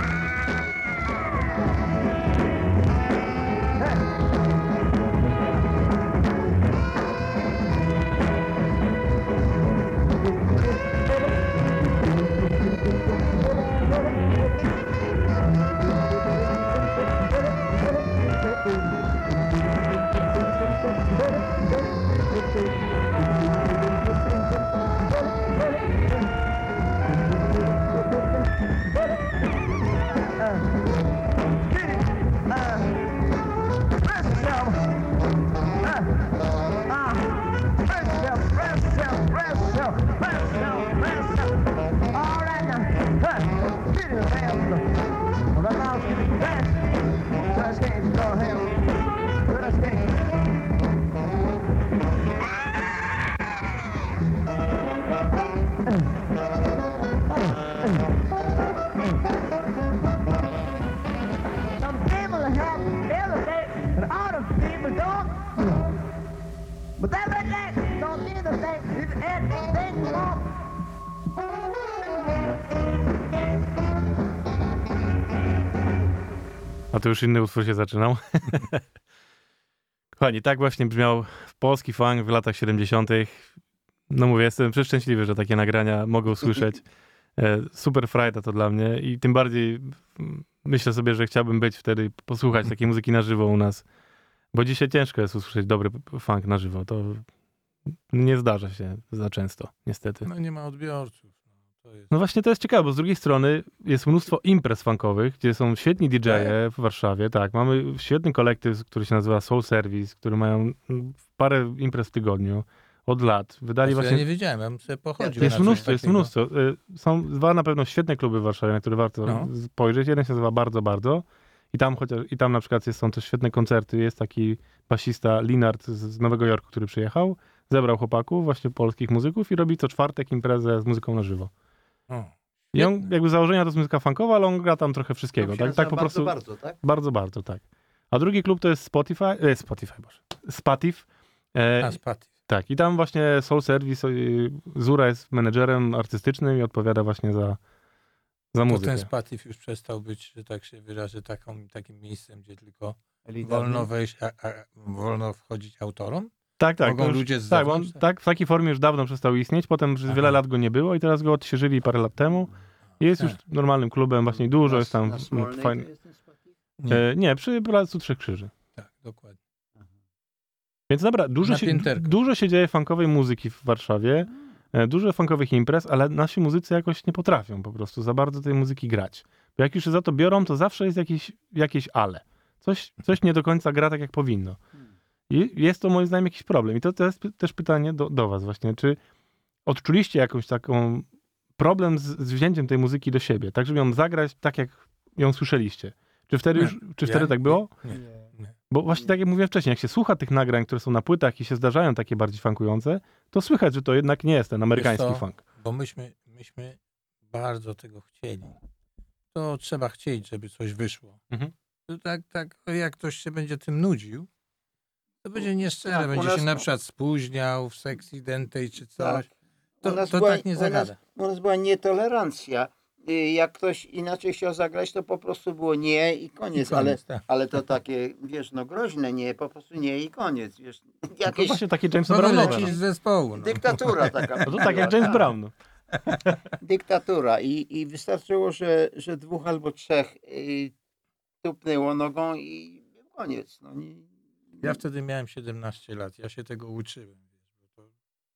Some people have everything, and other people don't. But that redneck don't need a thing, it's anything you want. A to już inny utwór się zaczynał. Kochani, tak właśnie brzmiał polski funk w latach siedemdziesiątych. No mówię, jestem przeszczęśliwy, że takie nagrania mogę usłyszeć. E, Super frajda to dla mnie i tym bardziej mm, myślę sobie, że chciałbym być wtedy, posłuchać takiej muzyki na żywo u nas. Bo dzisiaj ciężko jest usłyszeć dobry funk na żywo. To nie zdarza się za często, niestety. No nie ma odbiorców. No, to jest... No właśnie to jest ciekawe, bo z drugiej strony jest mnóstwo imprez funkowych, gdzie są świetni D J e w Warszawie. Tak, mamy świetny kolektyw, który się nazywa Soul Service, który mają parę imprez w tygodniu od lat. Wydali Znaczy, właśnie... ja nie wiedziałem, ja bym sobie pochodził. Jest na coś mnóstwo, jest takiego. mnóstwo. Y, Są dwa na pewno świetne kluby w Warszawie, na które warto No. spojrzeć. Jeden się nazywa Bardzo, Bardzo. I tam, chociaż, i tam na przykład jest, są też świetne koncerty. Jest taki basista Linard z, z Nowego Jorku, który przyjechał, zebrał chłopaków, właśnie polskich muzyków i robi co czwartek imprezę z muzyką na żywo. O, I on świetne. jakby z założenia to jest muzyka funkowa, ale on gra tam trochę wszystkiego. To się Tak, tak po nazywa prostu. bardzo, bardzo, tak? Bardzo, bardzo, tak. A drugi klub to jest Spotify, e, Spotify, boże, Spatif. E, A, Spatif. tak, i tam właśnie Soul Service, y, Zura jest menedżerem artystycznym i odpowiada właśnie za, za To muzykę. ten Spatif już przestał być, że tak się wyrażę, taką, takim miejscem, gdzie tylko Elitarny. wolno wejść, a, a, wolno wchodzić autorom? Tak, tak. Mogą to już, ludzie z tak, on, zewnątrz? tak, w takiej formie już dawno przestał istnieć, potem przez Aha. wiele lat go nie było i teraz go odświeżyli parę lat temu. Jest Tak. już normalnym klubem, właśnie dużo Na- jest tam na Smolnej fajnych. to jest ten Spatif? Nie, E, nie, przy Placu Trzech Krzyży. tak, dokładnie. Więc dobra, dużo Na się, pięterko. dużo się dzieje funkowej muzyki w Warszawie, e, dużo funkowych imprez, ale nasi muzycy jakoś nie potrafią po prostu za bardzo tej muzyki grać. Bo jak już się za to biorą, to zawsze jest jakieś, jakieś ale. Coś, coś nie do końca gra tak, jak powinno. I jest to moim zdaniem jakiś problem. I to, to jest py- też pytanie do, do was właśnie. Czy odczuliście jakąś taką problem z, z wzięciem tej muzyki do siebie, tak żeby ją zagrać tak, jak ją słyszeliście? Czy wtedy, Nie. już, czy Ja- wtedy tak było? Nie, nie. Bo właśnie tak jak mówiłem wcześniej, jak się słucha tych nagrań, które są na płytach i się zdarzają takie bardziej funkujące, to słychać, że to jednak nie jest ten amerykański Wiesz co? funk. Bo myśmy, myśmy bardzo tego chcieli. To trzeba chcieć, żeby coś wyszło. Mhm. To tak, tak, jak ktoś się będzie tym nudził, to będzie nieszczere, Tak, u będzie nas- się na przykład spóźniał w sexy dentej czy coś. Tak. To, U nas to była- tak nie u nas- zagada. U nas była nietolerancja. Y, Jak ktoś inaczej chciał zagrać, to po prostu było nie i koniec. I ale, koniec, tak. ale to takie, wiesz, no groźne nie, po prostu nie i koniec. Wiesz, To jakieś właśnie takie James No Brownowe. wylecieć z zespołu. No. dyktatura taka. No to tak jak James Brown. No. Dyktatura i, i wystarczyło, że, że dwóch albo trzech y, tupnęło nogą i koniec. No, nie, Ja wtedy miałem siedemnaście lat, ja się tego uczyłem. Wiesz, bo to,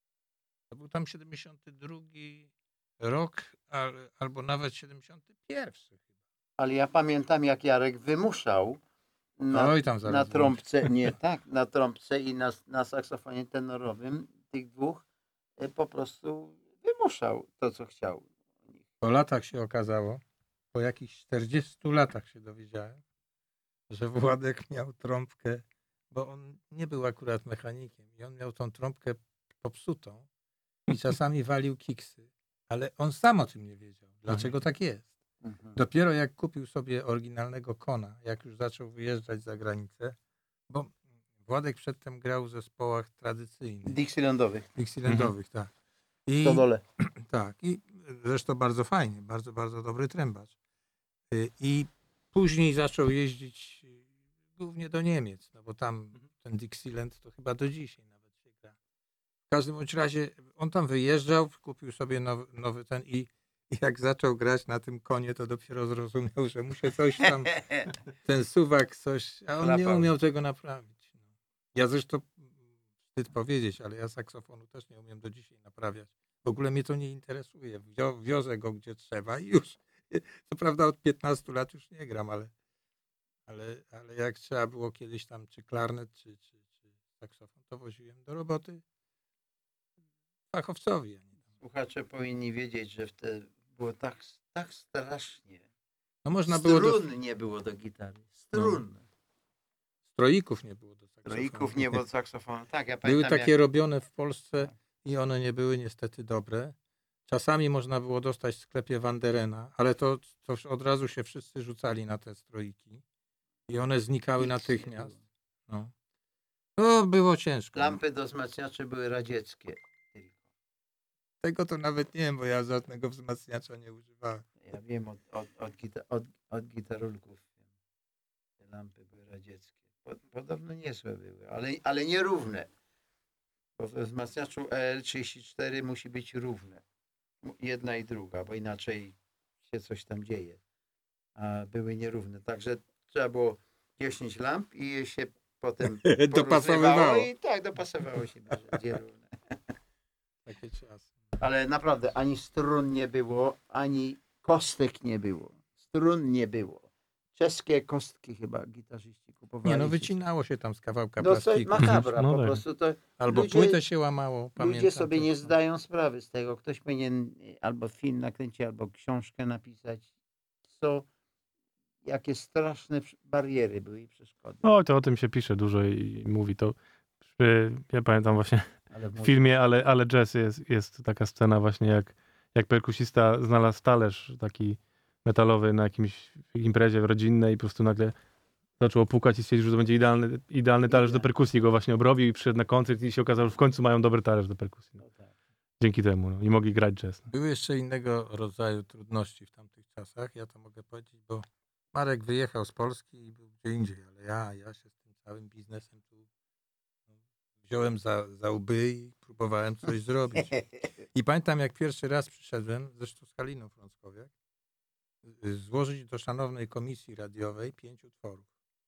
to był tam siedemdziesiąty drugi rok, al, albo nawet siedemdziesiąty pierwszy. ale ja pamiętam, jak Jarek wymuszał na, Oj, tam zaraz na było. trąbce, nie tak, na trąbce i na, na saksofonie tenorowym tych dwóch y, po prostu wymuszał to, co chciał. Po latach się okazało, po jakichś czterdziestu latach się dowiedziałem, że Władek miał trąbkę, bo on nie był akurat mechanikiem i on miał tą trąbkę popsutą i czasami walił kiksy, ale on sam o tym nie wiedział, dlaczego tak jest. Mhm. Dopiero jak kupił sobie oryginalnego Kona, jak już zaczął wyjeżdżać za granicę, bo Władek przedtem grał w zespołach tradycyjnych, Dixielandowych, Dixielandowych, tak. I to dole. Tak, i zresztą bardzo fajnie, bardzo, bardzo dobry trębacz. Y, I później zaczął jeździć y, głównie do Niemiec, no bo tam ten Dixieland to chyba do dzisiaj nawet się gra. W każdym bądź razie on tam wyjeżdżał, kupił sobie nowy, nowy ten i, i jak zaczął grać na tym konie, to dopiero zrozumiał, że mu się coś tam, ten suwak coś, a on nie Chlapał. umiał tego naprawić. No. Ja zresztą, wstyd powiedzieć, ale ja saksofonu też nie umiem do dzisiaj naprawiać. W ogóle mnie to nie interesuje. Wio, wiozę go gdzie trzeba i już. Co prawda od piętnastu lat już nie gram, ale, ale, ale jak trzeba było kiedyś tam czy klarnet, czy, czy, czy saksofon, to woziłem do roboty fachowcowi. Słuchacze powinni wiedzieć, że wtedy było tak, tak strasznie. No można było do, Strun nie było do gitary. Strun. stroików nie było do saksofonu. Stroików nie było do saksofonu. Tak, ja Były pamiętam, takie jak... robione w Polsce i one nie były niestety dobre. Czasami można było dostać w sklepie Wanderena, ale to, to już od razu się wszyscy rzucali na te stroiki i one znikały Nic nie natychmiast. było. No. To było ciężko. no. Lampy do wzmacniaczy były radzieckie. Tego to nawet nie wiem, bo ja żadnego wzmacniacza nie używałem. Ja wiem od, od, od, gita, od, od gitarulków. Te lampy były radzieckie. Pod, podobno niezłe były, ale, ale nierówne. Bo we wzmacniaczu E L trzydzieści cztery musi być równe. Jedna i druga, bo inaczej się coś tam dzieje. A były nierówne. Także trzeba było dziesięć lamp i je się potem Dopasowywało. I tak, dopasowało się, że będzie równe. Takie czasy. Ale naprawdę ani strun nie było, ani kostek nie było. Strun nie było. Czeskie kostki chyba gitarzyści kupowali. Nie, no się. wycinało się tam z kawałka No to plastiku. makabra, No po tak. prostu to Albo ludzie- płytę się łamało, pamiętam. ludzie sobie to- nie zdają sprawy z tego. Ktoś powinien albo film nakręcić, albo książkę napisać, co, jakie straszne przy- bariery były i przeszkody. No to o tym się pisze dużo i mówi to. Przy, ja pamiętam właśnie Ale w może- filmie, ale, ale jazz jest, jest taka scena właśnie jak, jak perkusista znalazł talerz taki metalowy na jakimś imprezie rodzinnej i po prostu nagle zaczął pukać i stwierdził, że to będzie idealny, idealny talerz do perkusji. Go właśnie obrobił i przyszedł na koncert i się okazało, że w końcu mają dobry talerz do perkusji. No tak. Dzięki temu. No. I mogli grać jazz. No. Były jeszcze innego rodzaju trudności w tamtych czasach, ja to mogę powiedzieć, bo Marek wyjechał z Polski i był gdzie indziej, ale ja, ja się z tym całym biznesem tu no, wziąłem za, za łby i próbowałem coś zrobić. I pamiętam, jak pierwszy raz przyszedłem, zresztą z Haliną Frąckowiak, y, złożyć do szanownej komisji radiowej pięć utworów.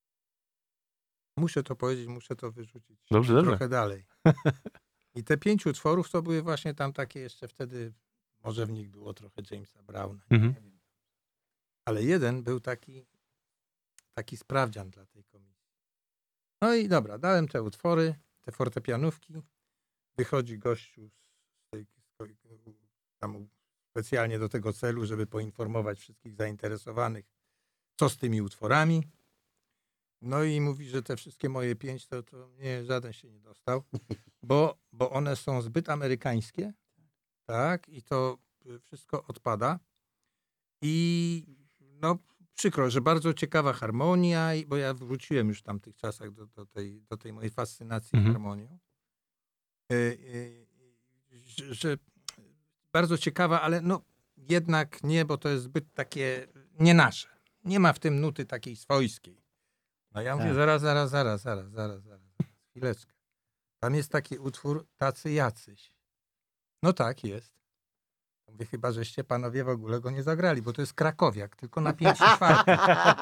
Muszę to powiedzieć, muszę to wyrzucić Dobrze, trochę dobrze. dalej. I te pięć utworów to były właśnie tam takie jeszcze wtedy, może w nich było trochę Jamesa Browna, nie Mhm. wiem. Ale jeden był taki, taki sprawdzian dla tej komisji. No i dobra, dałem te utwory, te fortepianówki. Wychodzi gościu z tej, z tam specjalnie do tego celu, żeby poinformować wszystkich zainteresowanych, co z tymi utworami. No i mówi, że te wszystkie moje pięć, to, to nie, żaden się nie dostał, bo, bo one są zbyt amerykańskie, tak, i to wszystko odpada. I no przykro, że bardzo ciekawa harmonia, i- bo ja wróciłem już w tamtych czasach do, do, tej, do tej mojej fascynacji Mhm. harmonią. Y, y, że, że bardzo ciekawa, ale no jednak nie, bo to jest zbyt takie nie nasze. Nie ma w tym nuty takiej swojskiej. No ja mówię, Tak. zaraz, zaraz, zaraz, zaraz, zaraz, zaraz, chwileczkę. Tam jest taki utwór Tacy Jacyś. No tak, jest. Mówię, chyba żeście panowie w ogóle go nie zagrali, bo to jest krakowiak, tylko na pięć i czwartych.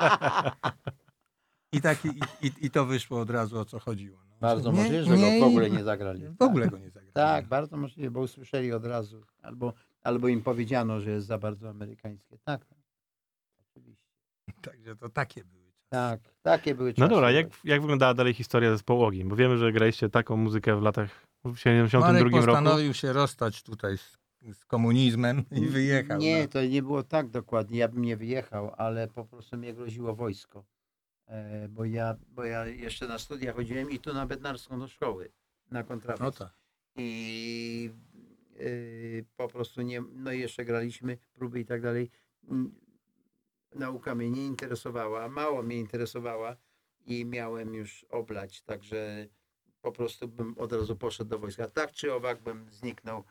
I, tak, i, i, I to wyszło od razu, o co chodziło. No. Bardzo Nie- możliwe, że nie- go w ogóle nie zagrali. W ogóle go nie zagrali. Tak, bardzo możliwe, bo usłyszeli od razu. Albo, albo im powiedziano, że jest za bardzo amerykańskie. Tak, tak. Oczywiście. Także to takie były czasy. Tak, takie były czasy. No dobra, jak, jak wyglądała dalej historia zespołu Ogień? Bo wiemy, że graliście taką muzykę w latach w siedemdziesiątym Marek drugim roku. postanowił się rozstać tutaj z, z komunizmem i wyjechał. Nie, no. to nie było tak dokładnie. Ja bym nie wyjechał, ale po prostu mnie groziło wojsko. E, bo, ja, bo ja jeszcze na studia chodziłem i tu na Bednarską do szkoły, na kontrabas. No tak. I y, po prostu nie, no i jeszcze graliśmy próby i tak dalej. Mm, Nauka mnie nie interesowała, mało mnie interesowała i miałem już oblać, także po prostu bym od razu poszedł do wojska. Tak czy owak bym zniknął,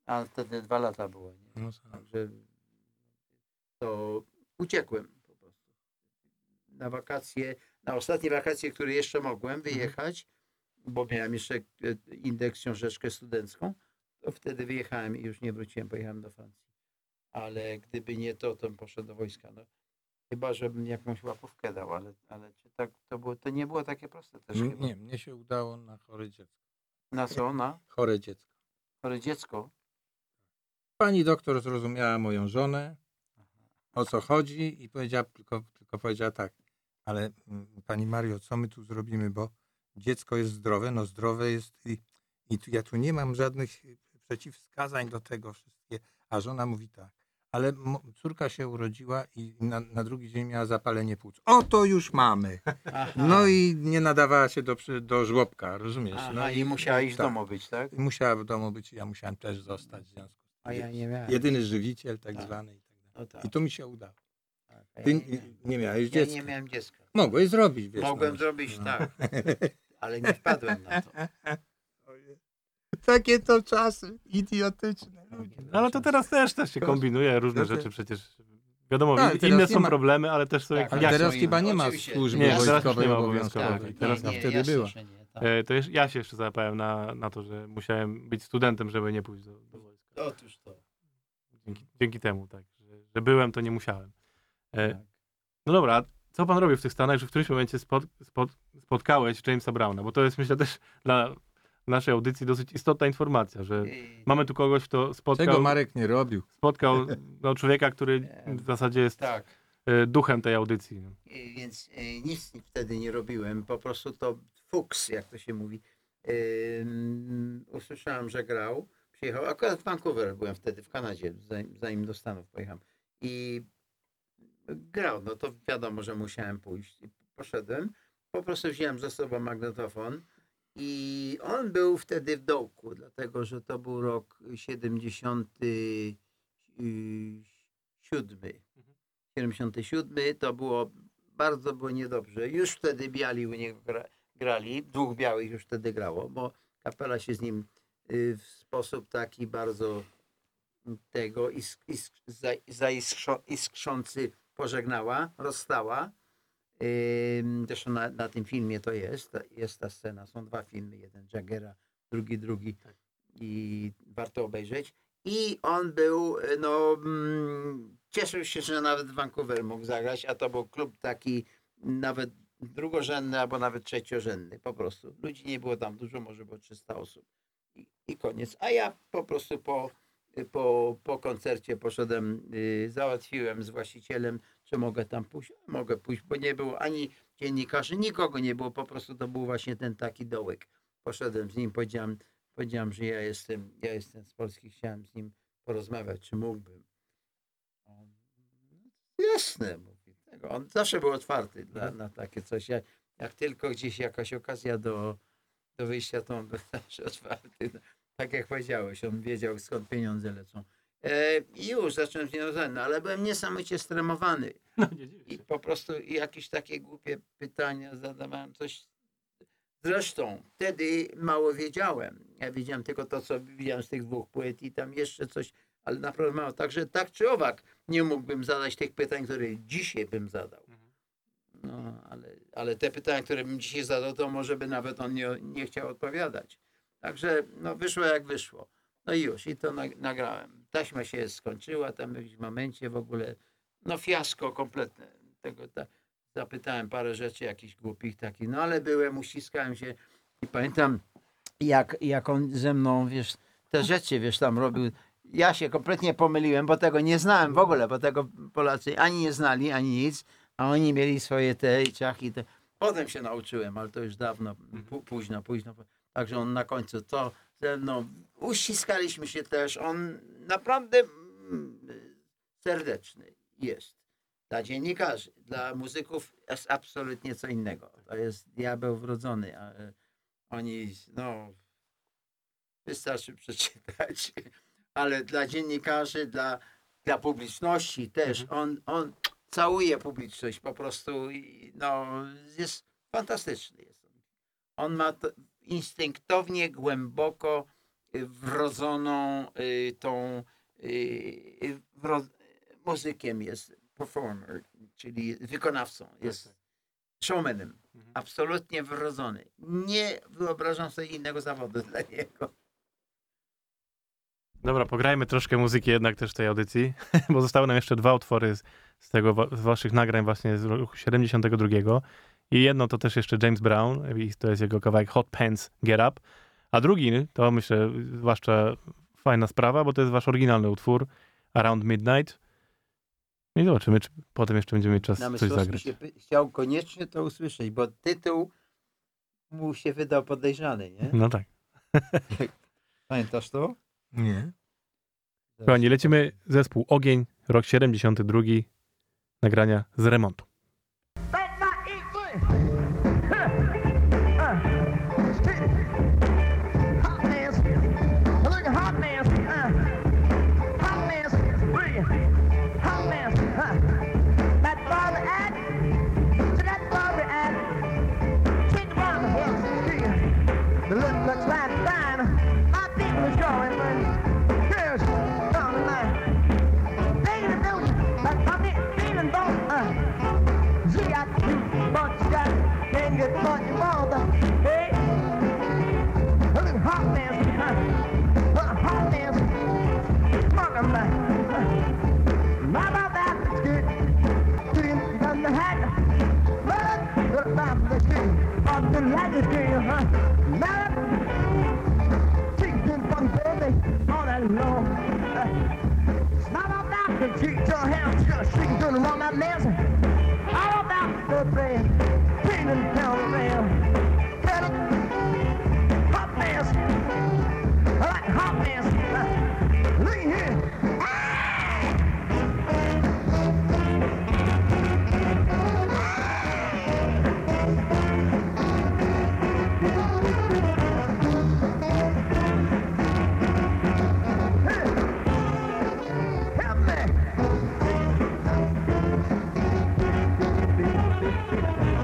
A wtedy dwa lata było. Nie? No, tak. Także to uciekłem po prostu. Na wakacje, na ostatnie wakacje, które jeszcze mogłem wyjechać, bo miałem jeszcze e, indeks, książeczkę studencką, to wtedy wyjechałem i już nie wróciłem, pojechałem do Francji. Ale gdyby nie to, to bym poszedł do wojska. No, chyba, żebym jakąś łapówkę dał, ale, ale czy tak to było, to nie było takie proste też Nie, chyba. nie, mnie się udało na chore dziecko. Na co? Na Chore dziecko. chore dziecko? Pani doktor zrozumiała moją żonę, o co chodzi i powiedziała, tylko, tylko powiedziała tak, ale mm, pani Mario, co my tu zrobimy, bo dziecko jest zdrowe, no zdrowe jest i, i tu, ja tu nie mam żadnych przeciwwskazań do tego wszystkie, a żona mówi tak, ale mo, córka się urodziła i na, na drugi dzień miała zapalenie płuc. O, to już mamy. Aha. No i nie nadawała się do, przy- do żłobka, rozumiesz? Aha, No i musiała iść w tak. domu być, tak? I musiała w domu być, ja musiałem też zostać w związku z tym. A ja nie miałem. Jedyny żywiciel tak, Tak. zwany i tak dalej. No tak, I to mi się udało. tak, a ja Ty nie, miałem. nie miałeś Ja dziecka. nie miałem dziecka. Mogłeś zrobić, wiesz. Mogłem no. zrobić No. tak, ale nie wpadłem na to. Takie to czasy idiotyczne. Ludzie. Ale to teraz też, też się kombinuje różne Teraz- rzeczy przecież. Wiadomo, Tak, teraz inne nie są ma- problemy, ale też są Tak, jak, Ale jak teraz są chyba inne. nie ma Oczywiście. służby Nie, teraz już wojskowej nie ma obowiązkowej. obowiązkowej. Teraz a nie, wtedy jasne, była. że nie, tak. E, to już, ja się jeszcze załapałem na, na to, że musiałem być studentem, żeby nie pójść do, do wojska. Otóż to. Dzięki, dzięki temu, tak. Że, że byłem, to nie musiałem. E, Tak. no dobra, a co pan robił w tych Stanach, że w którymś momencie spot, spot, spotkałeś Jamesa Browna? Bo to jest, myślę, też dla naszej audycji dosyć istotna informacja, że I- mamy tu kogoś, kto spotkał, Czego Marek nie robił? spotkał no, człowieka, który Nie. w zasadzie jest Tak. e, duchem tej audycji. No. I- Więc e, nic wtedy nie robiłem. Po prostu to fuks, jak to się mówi. Ym, usłyszałem, że grał. Przyjechał. Akurat w Vancouver byłem wtedy, w Kanadzie, zanim, zanim do Stanów pojechałem. I grał. No to wiadomo, że musiałem pójść. I poszedłem. Po prostu wziąłem ze sobą magnetofon. I on był wtedy w dołku, dlatego że to był rok siedemdziesiąty siódmy. siedemdziesiąty siódmy to było, bardzo było niedobrze. Już wtedy biali u niego gra, grali, dwóch białych już wtedy grało, bo kapela się z nim y, w sposób taki bardzo tego isk, isk, za, zaiskrzo, iskrzący pożegnała, rozstała. Ym, Zresztą na, na tym filmie to jest, ta- jest ta scena, są dwa filmy, jeden Jaggera, drugi, drugi i warto obejrzeć. I on był, no, mm, cieszył się, że nawet w Vancouver mógł zagrać, a to był klub taki nawet drugorzędny albo nawet trzeciorzędny, po prostu. Ludzi nie było tam dużo, może było trzysta osób. I, i koniec. A ja po prostu po, po, po koncercie poszedłem, y, załatwiłem z właścicielem, czy mogę tam pójść. Mogę pójść, bo nie było ani dziennikarzy, nikogo nie było, po prostu to był właśnie ten taki dołek. Poszedłem z nim, powiedziałem, powiedziałem, że ja jestem, ja jestem z Polski, chciałem z nim porozmawiać, czy mógłbym. On, jasne, mówi. Tego. On zawsze był otwarty dla, na takie coś. Ja, jak tylko gdzieś jakaś okazja do, do wyjścia, to on był zawsze otwarty. Tak jak powiedziałeś, on wiedział, skąd pieniądze lecą. E, I już zacząłem z nią rozmawiać, no, ale byłem niesamowicie stremowany. No, nie dziwię I się. po prostu jakieś takie głupie pytania zadawałem, coś. Zresztą wtedy mało wiedziałem. Ja wiedziałem tylko to, co widziałem z tych dwóch płyt i tam jeszcze coś, ale naprawdę mało. Także tak czy owak nie mógłbym zadać tych pytań, które dzisiaj bym zadał. No, ale, ale te pytania, które bym dzisiaj zadał, to może by nawet on nie, nie chciał odpowiadać. Także no, wyszło jak wyszło. No i już, i to na, nagrałem. Taśma się skończyła tam w jakimś momencie w ogóle. No fiasko kompletne. Tego, ta, zapytałem parę rzeczy jakichś głupich takich, no ale byłem, uściskałem się i pamiętam jak, jak on ze mną, wiesz, te rzeczy, wiesz, tam robił. Ja się kompletnie pomyliłem, bo tego nie znałem w ogóle, bo tego Polacy ani nie znali, ani nic, a oni mieli swoje te i ciachy. Te. Potem się nauczyłem, ale to już dawno, p- późno, późno. Także on na końcu to ze mną, uściskaliśmy się też, on naprawdę mm, serdeczny jest. Dla dziennikarzy, dla muzyków jest absolutnie co innego. To jest diabeł wrodzony, a e, oni, no, wystarczy przeczytać. Ale dla dziennikarzy, dla, dla publiczności też, on, on całuje publiczność po prostu, i, no, jest fantastyczny. Jest. On ma to instynktownie, głęboko y, wrodzoną y, tą y, wro, muzykiem jest performer, czyli wykonawcą, jest showmanem. Absolutnie wrodzony. Nie wyobrażam sobie innego zawodu dla niego. Dobra, pograjmy troszkę muzyki jednak też w tej audycji, bo zostały nam jeszcze dwa utwory z, z tego wa- z waszych nagrań właśnie z roku siedemdziesiątego drugiego. I jedno to też jeszcze James Brown i to jest jego kawałek Hot Pants Get Up, a drugi to myślę zwłaszcza fajna sprawa, bo to jest wasz oryginalny utwór Around Midnight. I zobaczymy, czy potem jeszcze będziemy mieć czas coś Namysłowski zagrać. się py- chciał koniecznie to usłyszeć, bo tytuł mu się wydał podejrzany, nie? No tak. Pamiętasz to? Nie. Kochani, lecimy zespół Ogień, rok siedemdziesiąty drugi, nagrania z remontu. Help me!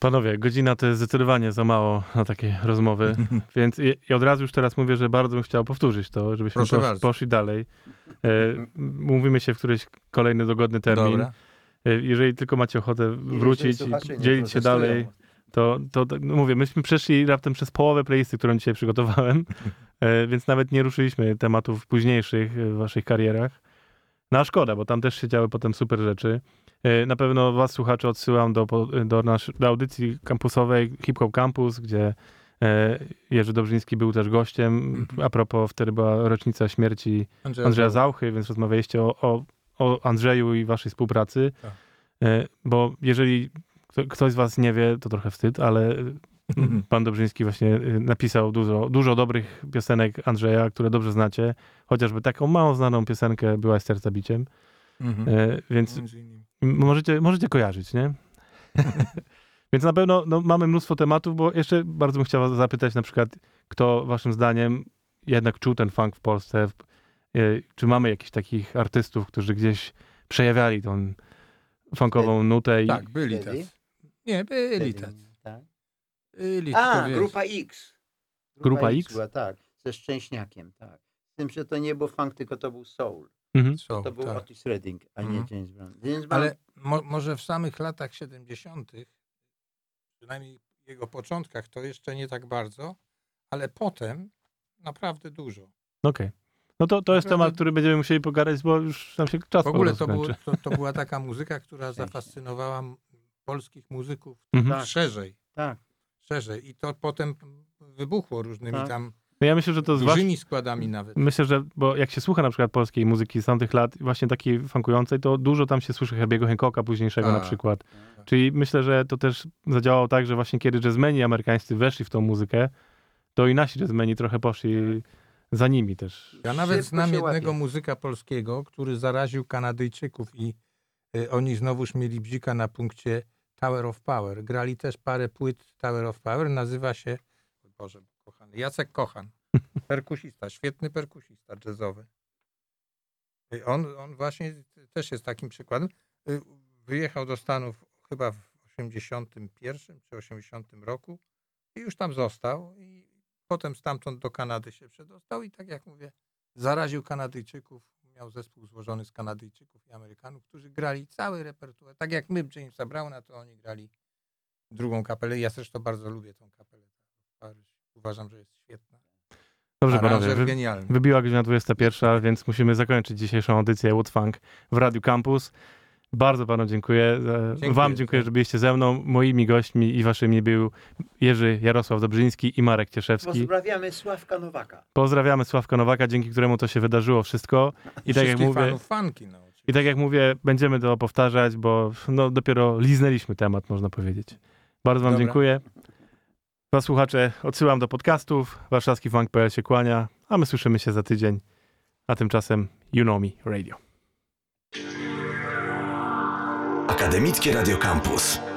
Panowie, godzina to jest zdecydowanie za mało na takie rozmowy, więc i, i od razu już teraz mówię, że bardzo bym chciał powtórzyć to, żebyśmy Proszę posz, bardzo. poszli dalej. E, mówimy się w któryś kolejny dogodny termin. Dobra. E, jeżeli tylko macie ochotę wrócić słuchacze i nie dzielić się protestują. dalej, to, to, to no mówię, myśmy przeszli raptem przez połowę playlisty, którą dzisiaj przygotowałem, e, więc nawet nie ruszyliśmy tematów późniejszych w waszych karierach. No a szkoda, bo tam też się działy potem super rzeczy. E, Na pewno was, słuchaczy, odsyłam do, do, nasz, do audycji kampusowej Hip Hop Campus, gdzie e, Jerzy Dobrzyński był też gościem. A propos, wtedy była rocznica śmierci Andrzeja Andrzeja Zauchy. Zauchy, więc rozmawialiście o, o, o Andrzeju i waszej współpracy. Tak. E, Bo jeżeli kto- ktoś z was nie wie, to trochę wstyd, ale pan Dobrzyński właśnie y, napisał dużo, dużo dobrych piosenek Andrzeja, które dobrze znacie. Chociażby taką mało znaną piosenkę Była z serca biciem. Mhm. E, Więc Między innymi. m- możecie, możecie kojarzyć, nie? Więc na pewno no, mamy mnóstwo tematów, bo jeszcze bardzo bym chciał was zapytać na przykład, kto waszym zdaniem jednak czuł ten funk w Polsce? W- e, Czy mamy jakichś takich artystów, którzy gdzieś przejawiali tą funkową nutę? I... Tak, byli Wtedy? tacy. Nie, byli Wtedy, tacy. tak. Byli, A, tylko wiesz. grupa X. Grupa X? była, tak, ze Szczęśniakiem, tak. Z tym, że to nie był funk, tylko to był soul. Mhm. Są, To był tak. Otis Redding, a nie Mhm. James Brown. James Brown Ale mo, może w samych latach siedemdziesiątych, przynajmniej jego początkach, to jeszcze nie tak bardzo, ale potem naprawdę dużo. Okej. No to, to jest Naprawdę- temat, który będziemy musieli pogadać, bo już nam się czas W ogóle po to, prostu było, kończy. to, to była taka muzyka, która zafascynowała m- polskich muzyków Mhm. Tak. szerzej. tak. Szerzej. I to potem wybuchło różnymi Tak. tam No ja myślę, że to zwłaszcza... dużymi składami nawet. Myślę, że bo jak się słucha na przykład polskiej muzyki z tamtych lat, właśnie takiej funkującej, to dużo tam się słyszy Herbiego Hancocka późniejszego Tak. na przykład. Tak. Czyli myślę, że to też zadziałało tak, że właśnie kiedy jazzmeni amerykańscy weszli w tą muzykę, to i nasi jazzmeni trochę poszli za nimi też. Ja nawet Szybko znam się jednego łapie. muzyka polskiego, który zaraził Kanadyjczyków i y, oni znowuż mieli bzika na punkcie Tower of Power. Grali też parę płyt Tower of Power. Nazywa się, o Boże kochany, Jacek Kochan. Perkusista, świetny perkusista jazzowy. Y, On, on właśnie też jest takim przykładem. Y, Wyjechał do Stanów chyba w osiemdziesiątym pierwszym czy osiemdziesiątym roku i już tam został i potem stamtąd do Kanady się przedostał i tak jak mówię, zaraził Kanadyjczyków. Miał zespół złożony z Kanadyjczyków i Amerykanów, którzy grali cały repertuar. Tak jak my Jamesa Browna, to oni grali drugą kapelę. Ja zresztą bardzo lubię tą kapelę. Uważam, że jest świetna. Dobrze, panowie, Aranżer wy, genialny. wybiła godzina dwudziesta pierwsza, więc musimy zakończyć dzisiejszą audycję What Funk w Radiu Campus. Bardzo panu dziękuję. E, Dziękuję. Wam dziękuję, że byliście ze mną. Moimi gośćmi i waszymi był Jerzy Jarosław Dobrzyński i Marek Cieszewski. Pozdrawiamy Sławka Nowaka. Pozdrawiamy Sławka Nowaka, dzięki któremu to się wydarzyło wszystko. I tak jak Wszystkich mówię, fanów funky, no, oczywiście. i tak jak mówię, będziemy to powtarzać, bo no, dopiero liznęliśmy temat, można powiedzieć. Bardzo wam Dobra. dziękuję. Was, słuchacze, odsyłam do podcastów. warszawski funk kropka p l się kłania, a my słyszymy się za tydzień. A tymczasem You Know Me Radio. Akademickie Radio Campus.